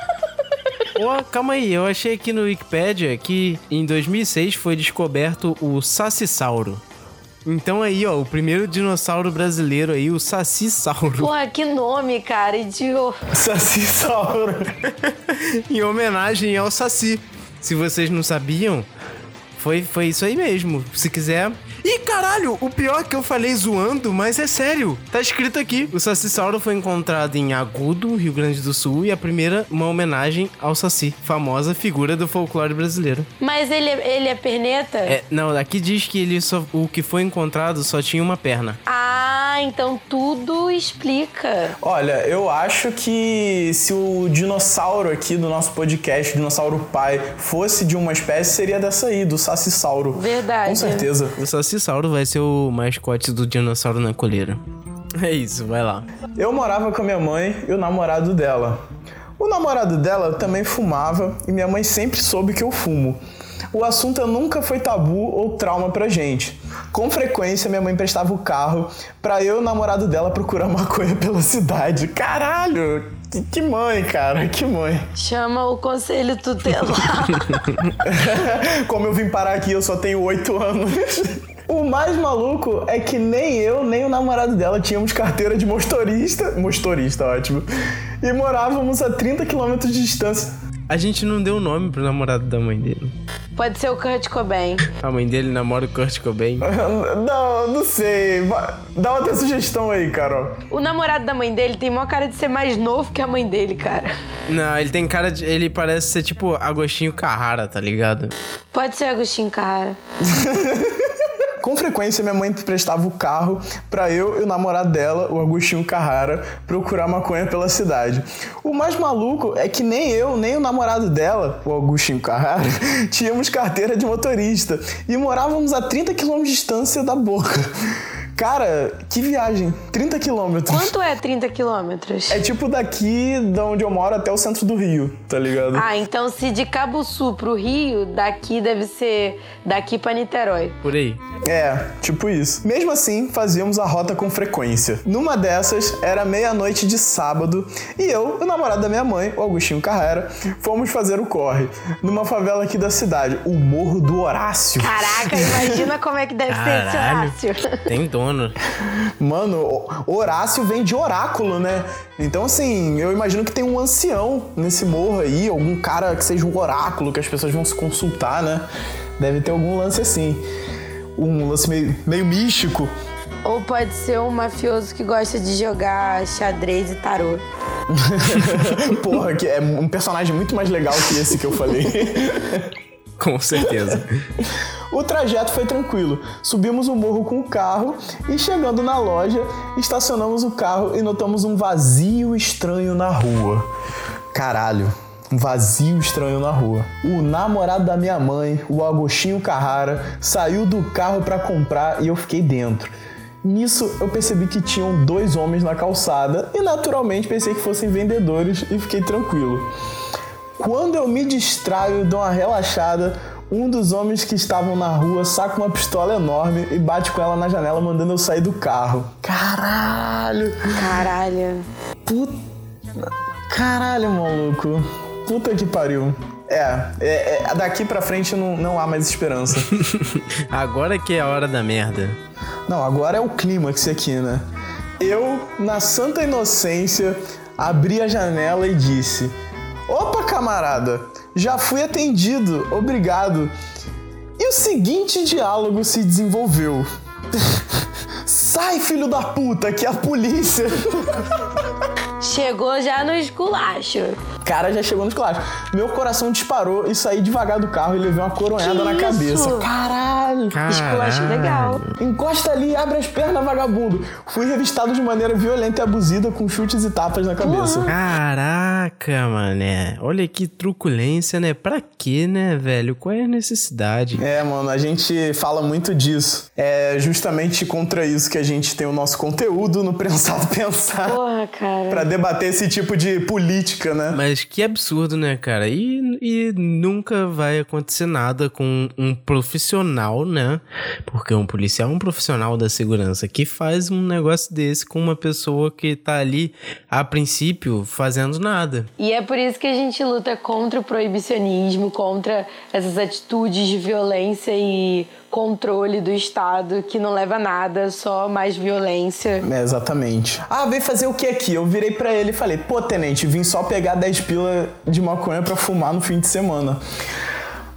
Oh, calma aí, eu achei aqui no Wikipedia que em dois mil e seis foi descoberto o Sacissauro. Então aí, ó, o primeiro dinossauro brasileiro aí, o Sacissauro. Porra, que nome, cara, idiota. Sacissauro. Em homenagem ao Saci. Se vocês não sabiam, foi, foi isso aí mesmo. Se quiser, Ih, caralho, o pior é que eu falei zoando, mas é sério. Tá escrito aqui. O Sacissauro foi encontrado em Agudo, Rio Grande do Sul, e a primeira uma homenagem ao Saci, famosa figura do folclore brasileiro. Mas ele, é- ele é perneta? É, não, aqui diz que ele só, o que foi encontrado só tinha uma perna. Ah, então tudo explica. Olha, eu acho que se o dinossauro aqui do nosso podcast, o dinossauro pai, fosse de uma espécie, seria dessa aí, do Sacissauro. Verdade. Com certeza. O Sacissauro vai ser o mascote do dinossauro na coleira. É isso, vai lá. Eu morava com a minha mãe e o namorado dela. O namorado dela também fumava e minha mãe sempre soube que eu fumo. O assunto nunca foi tabu ou trauma pra gente. Com frequência, minha mãe emprestava o carro pra eu e o namorado dela procurar maconha pela cidade. Caralho! Que, que mãe, cara, que mãe. Chama o conselho tutelar. Como eu vim parar aqui, eu só tenho oito anos. O mais maluco é que nem eu, nem o namorado dela tínhamos carteira de motorista. Motorista, ótimo. E morávamos a trinta quilômetros de distância. A gente não deu nome pro namorado da mãe dele. Pode ser o Kurt Cobain. A mãe dele namora o Kurt Cobain. Não, não sei. Vai- Dá outra sugestão aí, Carol. O namorado da mãe dele tem maior cara de ser mais novo que a mãe dele, cara. Não, ele tem cara de... Ele parece ser tipo Agostinho Carrara, tá ligado? Pode ser Agostinho Carrara. Com frequência, minha mãe emprestava o carro pra eu e o namorado dela, o Agostinho Carrara, procurar maconha pela cidade. O mais maluco é que nem eu, nem o namorado dela, o Agostinho Carrara, tínhamos carteira de motorista e morávamos a trinta quilômetros de distância da boca. Cara, que viagem, trinta quilômetros. Quanto é trinta quilômetros? É tipo daqui de onde eu moro até o centro do Rio, tá ligado? Ah, então se de Cabo Sul pro Rio, daqui deve ser daqui pra Niterói. Por aí. É, tipo isso. Mesmo assim, fazíamos a rota com frequência. Numa dessas, era meia-noite de sábado e eu, o namorado da minha mãe, o Agostinho Carrara, fomos fazer o corre. Numa favela aqui da cidade, o Morro do Horácio. Caraca, imagina como é que deve Caralho. ser esse Horácio. Tem dono. Mano, o- Horácio vem de oráculo, né? Então, assim, eu imagino que tem um ancião nesse morro aí, algum cara que seja um oráculo, que as pessoas vão se consultar, né? Deve ter algum lance assim. Um lance meio, meio místico. Ou pode ser um mafioso que gosta de jogar xadrez e tarô. Porra, que é um personagem muito mais legal que esse que eu falei. Com certeza. O trajeto foi tranquilo. Subimos o morro com o carro e chegando na loja, estacionamos o carro e notamos um vazio estranho na rua. Caralho, um vazio estranho na rua. O namorado da minha mãe, o Agostinho Carrara, saiu do carro pra comprar e eu fiquei dentro. Nisso, eu percebi que tinham dois homens na calçada e naturalmente pensei que fossem vendedores e fiquei tranquilo. Quando eu me distraio, dou uma relaxada, um dos homens que estavam na rua saca uma pistola enorme e bate com ela na janela, mandando eu sair do carro. Caralho! Caralho. Puta... Caralho, maluco. Puta que pariu. É, é, é daqui pra frente não, não há mais esperança. Agora que é a hora da merda. Não, agora é o clímax aqui, né? Eu, na santa inocência, abri a janela e disse: opa, camarada, já fui atendido, obrigado. E o seguinte diálogo se desenvolveu. Sai, filho da puta, que é a polícia. Chegou já no esculacho. Cara, já chegou no esculacho. Meu coração disparou e saí devagar do carro e levei uma coronhada Que na isso? cabeça. Caralho. Esculacho legal. Encosta ali e abre as pernas, vagabundo. Fui revistado de maneira violenta e abusiva com chutes e tapas na cabeça. Caraca, mané. Olha que truculência, né? Pra quê, né, velho? Qual é a necessidade? É, mano, a gente fala muito disso. É justamente contra isso que a gente tem o nosso conteúdo no Prensado Pensar. Porra, cara. Pra debater esse tipo de política, né? Mas que absurdo, né, cara? E, e nunca vai acontecer nada com um profissional, né? Porque um policial é um profissional da segurança que faz um negócio desse com uma pessoa que tá ali, a princípio, fazendo nada. E é por isso que a gente luta contra o proibicionismo, contra essas atitudes de violência e controle do Estado que não leva a nada, só mais violência. É, exatamente. Ah, veio fazer o que aqui? Eu virei pra ele e falei: pô, tenente, vim só pegar dez pila de maconha pra fumar no fim de semana.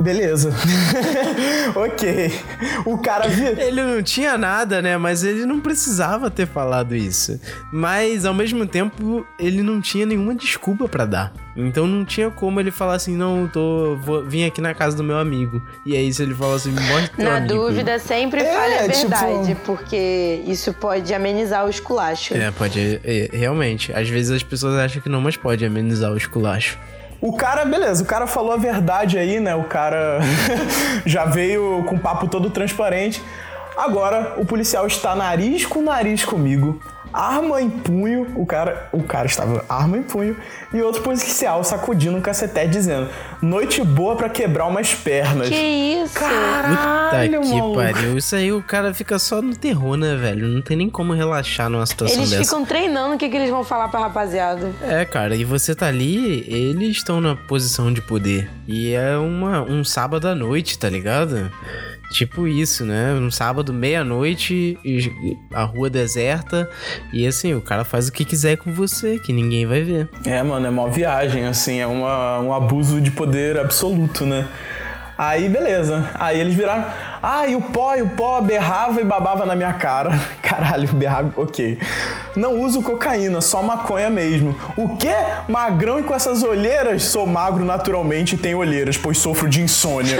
Beleza. Ok. O cara viu. Ele não tinha nada, né? Mas ele não precisava ter falado isso. Mas, ao mesmo tempo, ele não tinha nenhuma desculpa pra dar. Então não tinha como ele falar assim, não, tô, vou, vim aqui na casa do meu amigo. E aí se ele fala assim, mostra teu Na amigo. dúvida, sempre É, fale a tipo- verdade, porque isso pode amenizar o esculacho. É, pode, é, realmente. Às vezes as pessoas acham que não, mas pode amenizar o esculacho. O cara, beleza, o cara falou a verdade aí, né? O cara já veio com o papo todo transparente. Agora, o policial está nariz com nariz comigo, arma em punho, o cara, o cara estava arma em punho, e outro policial sacudindo um cacetete dizendo, noite boa pra quebrar umas pernas. Que isso? Caralho, Puta que maluco. pariu. Isso aí o cara fica só no terror, né, velho? Não tem nem como relaxar numa situação Eles dessa. ficam treinando o que, que eles vão falar pra rapaziada. É, cara, e você tá ali, eles estão na posição de poder. E é uma, um sábado à noite, tá ligado? Tipo isso, né? Um sábado, meia-noite, e a rua deserta. E assim, o cara faz o que quiser com você, que ninguém vai ver. É, mano, é uma viagem, assim, é uma, um abuso de poder absoluto, né? Aí, beleza. Aí eles viraram... Ah, e o pó, e o pó berrava e babava na minha cara. Caralho, berrava... Ok. Não uso cocaína, só maconha mesmo. O quê? Magrão e com essas olheiras? Sou magro naturalmente e tenho olheiras, pois sofro de insônia.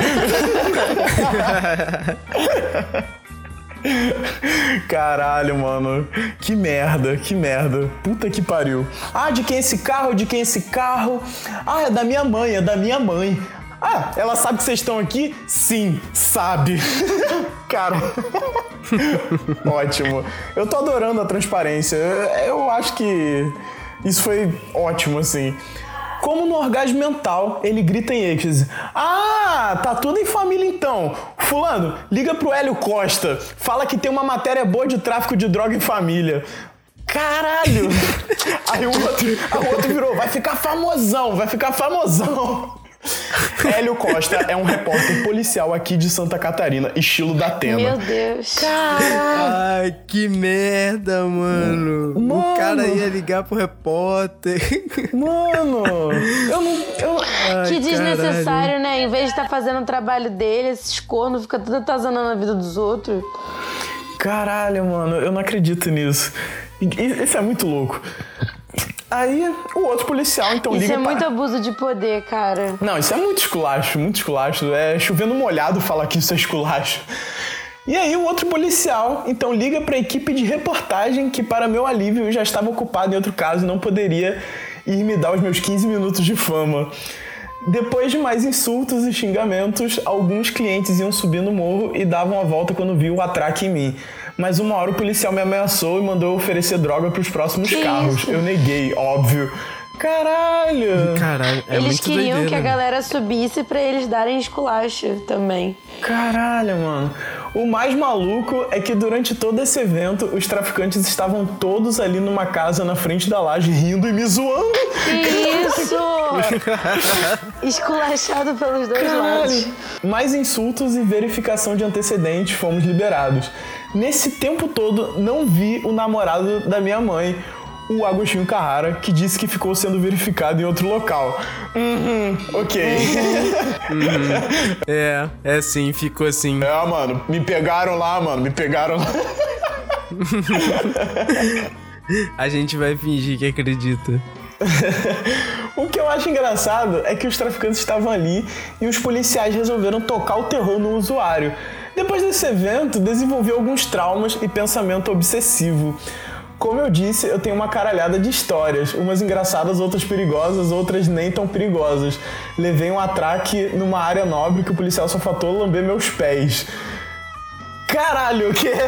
Caralho, mano. Que merda, que merda. Puta que pariu. Ah, de quem é esse carro? De quem é esse carro? Ah, é da minha mãe, é da minha mãe. Ah, ela sabe que vocês estão aqui? Sim, sabe. Cara. Ótimo. Eu tô adorando a transparência. Eu acho que isso foi ótimo, assim. Como no orgasmo mental, ele grita em êxtase. Ah, tá tudo em família então. Fulano, liga pro Hélio Costa. Fala que tem uma matéria boa de tráfico de droga em família. Caralho! Aí o outro, o outro virou, vai ficar famosão, vai ficar famosão. Hélio Costa é um repórter policial aqui de Santa Catarina, estilo da Atena. Meu Deus. Ai, que merda, mano. Mano. O cara ia ligar pro repórter. Mano, eu não... Eu... Ai, Que desnecessário, caralho. né? Em vez de estar fazendo o trabalho dele, esses cornos ficam tudo atazanando a vida dos outros. Caralho, mano, eu não acredito nisso. Isso é muito louco. Aí, o outro policial, então, Isso liga é pra... muito abuso de poder, cara. Não, isso é muito esculacho, muito esculacho. É chovendo molhado falar que isso é esculacho. E aí, o outro policial, então, liga pra equipe de reportagem que, para meu alívio, eu já estava ocupado em outro caso e não poderia ir me dar os meus quinze minutos de fama. Depois de mais insultos e xingamentos, alguns clientes iam subir no morro e davam a volta quando viam o atraque em mim. Mas uma hora o policial me ameaçou e mandou eu oferecer droga pros próximos Que carros. isso? Eu neguei, óbvio. Caralho! Caralho, é eles muito queriam doideira. que a galera subisse pra eles darem esculacho também. Caralho, mano. O mais maluco é que durante todo esse evento, os traficantes estavam todos ali numa casa na frente da laje, rindo e me zoando. Que isso? Esculachado pelos dois lados. Caralho. Mais insultos e verificação de antecedentes, fomos liberados. Nesse tempo todo, não vi o namorado da minha mãe, o Agostinho Carrara, que disse que ficou sendo verificado em outro local. Uhum, ok. É, é sim, ficou assim. É, mano, me pegaram lá, mano, me pegaram lá. A gente vai fingir que acredita. O que eu acho engraçado é que os traficantes estavam ali e os policiais resolveram tocar o terror no usuário. Depois desse evento, desenvolvi alguns traumas e pensamento obsessivo. Como eu disse, eu tenho uma caralhada de histórias, umas engraçadas, outras perigosas, outras nem tão perigosas. Levei um atraque numa área nobre que o policial só faltou lamber meus pés. Caralho, o que é?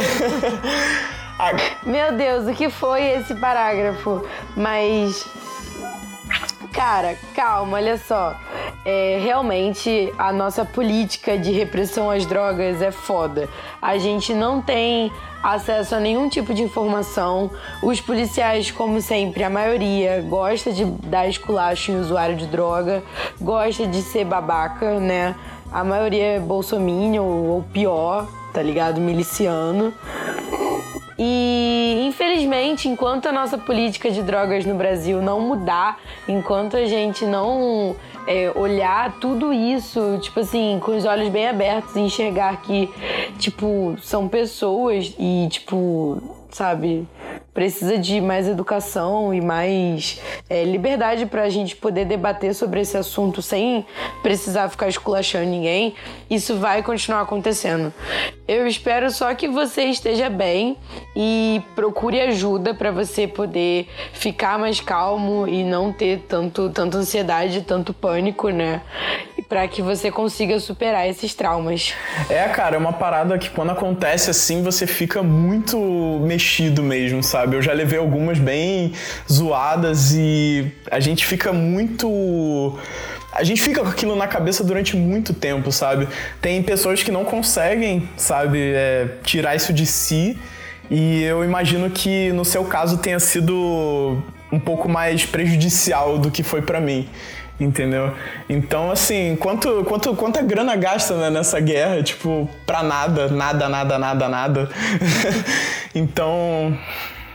Meu Deus, o que foi esse parágrafo? Mas... Cara, calma, olha só. É, realmente, a nossa política de repressão às drogas é foda. A gente não tem acesso a nenhum tipo de informação. Os policiais, como sempre, a maioria gosta de dar esculacho em usuário de droga, gosta de ser babaca, né? A maioria é bolsominion ou pior, tá ligado? Miliciano. E, infelizmente, enquanto a nossa política de drogas no Brasil não mudar, enquanto a gente não é, olhar tudo isso, tipo assim, com os olhos bem abertos e enxergar que, tipo, são pessoas e, tipo, sabe, precisa de mais educação e mais é, liberdade pra gente poder debater sobre esse assunto sem precisar ficar esculachando ninguém, isso vai continuar acontecendo. Eu espero só que você esteja bem e procure ajuda pra você poder ficar mais calmo e não ter tanto, tanta ansiedade, tanto pânico, né? E pra que você consiga superar esses traumas. É, cara, é uma parada que quando acontece assim, você fica muito mexido mesmo, sabe? Eu já levei algumas bem zoadas e a gente fica muito... A gente fica com aquilo na cabeça durante muito tempo, sabe? Tem pessoas que não conseguem, sabe, é, tirar isso de si, e eu imagino que no seu caso tenha sido um pouco mais prejudicial do que foi pra mim. Entendeu? Então, assim, quanto, quanto, quanta grana gasta, né, nessa guerra? Tipo, pra nada, nada, nada, nada, nada. Então...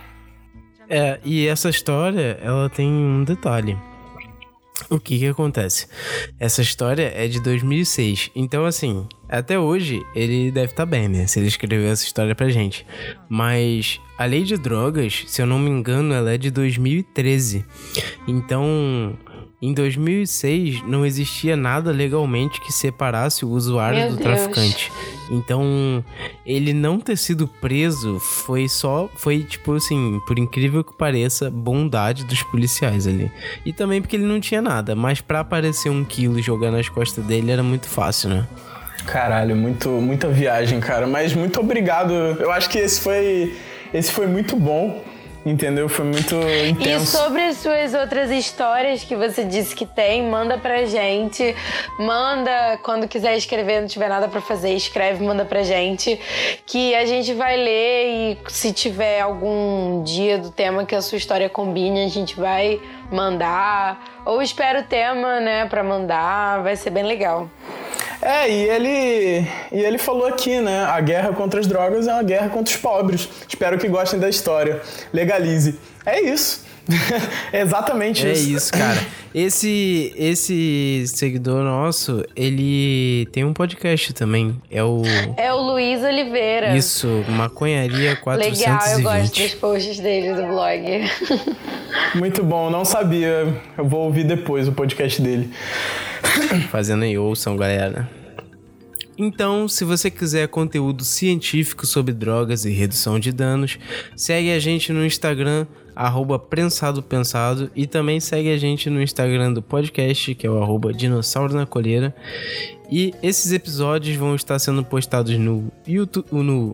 É, e essa história, ela tem um detalhe. O que que acontece? Essa história é de dois mil e seis. Então, assim, até hoje ele deve estar bem, né? Se ele escreveu essa história pra gente. Mas a lei de drogas, se eu não me engano, ela é de dois mil e treze. Então... Em dois mil e seis, não existia nada legalmente que separasse o usuário Meu do Deus. traficante. Então, ele não ter sido preso foi só... Foi, tipo assim, por incrível que pareça, bondade dos policiais ali. E também porque ele não tinha nada. Mas pra aparecer um quilo e jogar nas costas dele era muito fácil, né? Caralho, muito, muita viagem, cara. Mas muito obrigado. Eu acho que esse foi, esse foi muito bom. Entendeu? Foi muito intenso. E sobre as suas outras histórias que você disse que tem, manda pra gente. Manda, quando quiser escrever, não tiver nada pra fazer, escreve, manda pra gente. Que a gente vai ler e se tiver algum dia do tema que a sua história combine, a gente vai mandar. Ou espera o tema, né, pra mandar. Vai ser bem legal. É, e ele, e ele falou aqui, né? A guerra contra as drogas é uma guerra contra os pobres. Espero que gostem da história. Legalize. É isso. É exatamente é isso. É isso, cara. Esse, esse seguidor nosso, ele tem um podcast também. É o... É o Luiz Oliveira. Isso, Maconharia quatrocentos e vinte. Legal, eu gosto dos posts dele do blog. Muito bom, não sabia. Eu vou ouvir depois o podcast dele. Fazendo aí, ouçam, galera. Então, se você quiser conteúdo científico sobre drogas e redução de danos, segue a gente no Instagram, arroba prensadopensado, e também segue a gente no Instagram do podcast, que é o arroba dinossauro na colheira. E esses episódios vão estar sendo postados no YouTube, no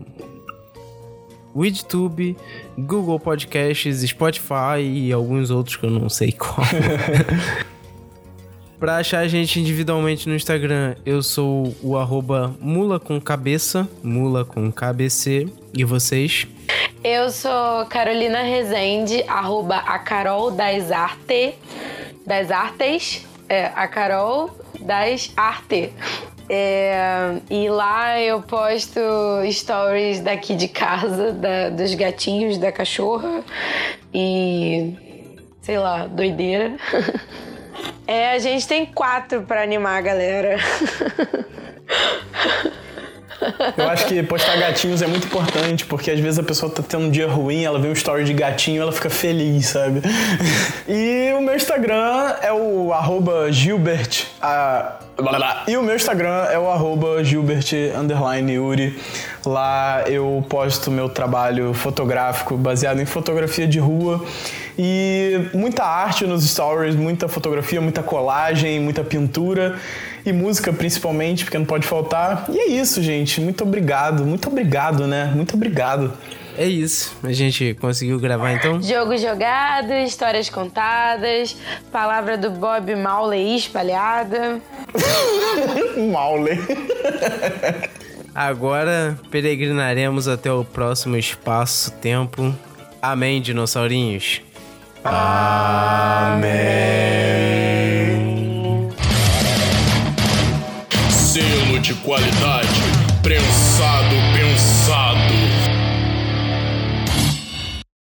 YouTube, Google Podcasts, Spotify e alguns outros que eu não sei qual. Pra achar a gente individualmente no Instagram, eu sou o arroba mula com cabeça, mula com K B C. E vocês? Eu sou Carolina Rezende, arroba a Carol das Arte, das Artes, é, a Carol das Arte. É, e lá eu posto stories daqui de casa, da, dos gatinhos, da cachorra e, sei lá, doideira. É, a gente tem quatro pra animar a galera. Eu acho que postar gatinhos é muito importante, porque às vezes a pessoa tá tendo um dia ruim, ela vê um story de gatinho, ela fica feliz, sabe? E o meu Instagram é o arroba Gilbert... A... E o meu Instagram é o arroba Gilbert underline Yuri. Lá eu posto meu trabalho fotográfico baseado em fotografia de rua e muita arte nos stories, muita fotografia, muita colagem, muita pintura e música principalmente, porque não pode faltar. E é isso, gente. Muito obrigado. Muito obrigado, né? Muito obrigado. É isso. A gente conseguiu gravar, então? Jogo jogado, histórias contadas, palavra do Bob Marley espalhada. Marley. Agora peregrinaremos até o próximo espaço-tempo. Amém, dinossaurinhos? Amém. Selo de qualidade, prensado, pensado.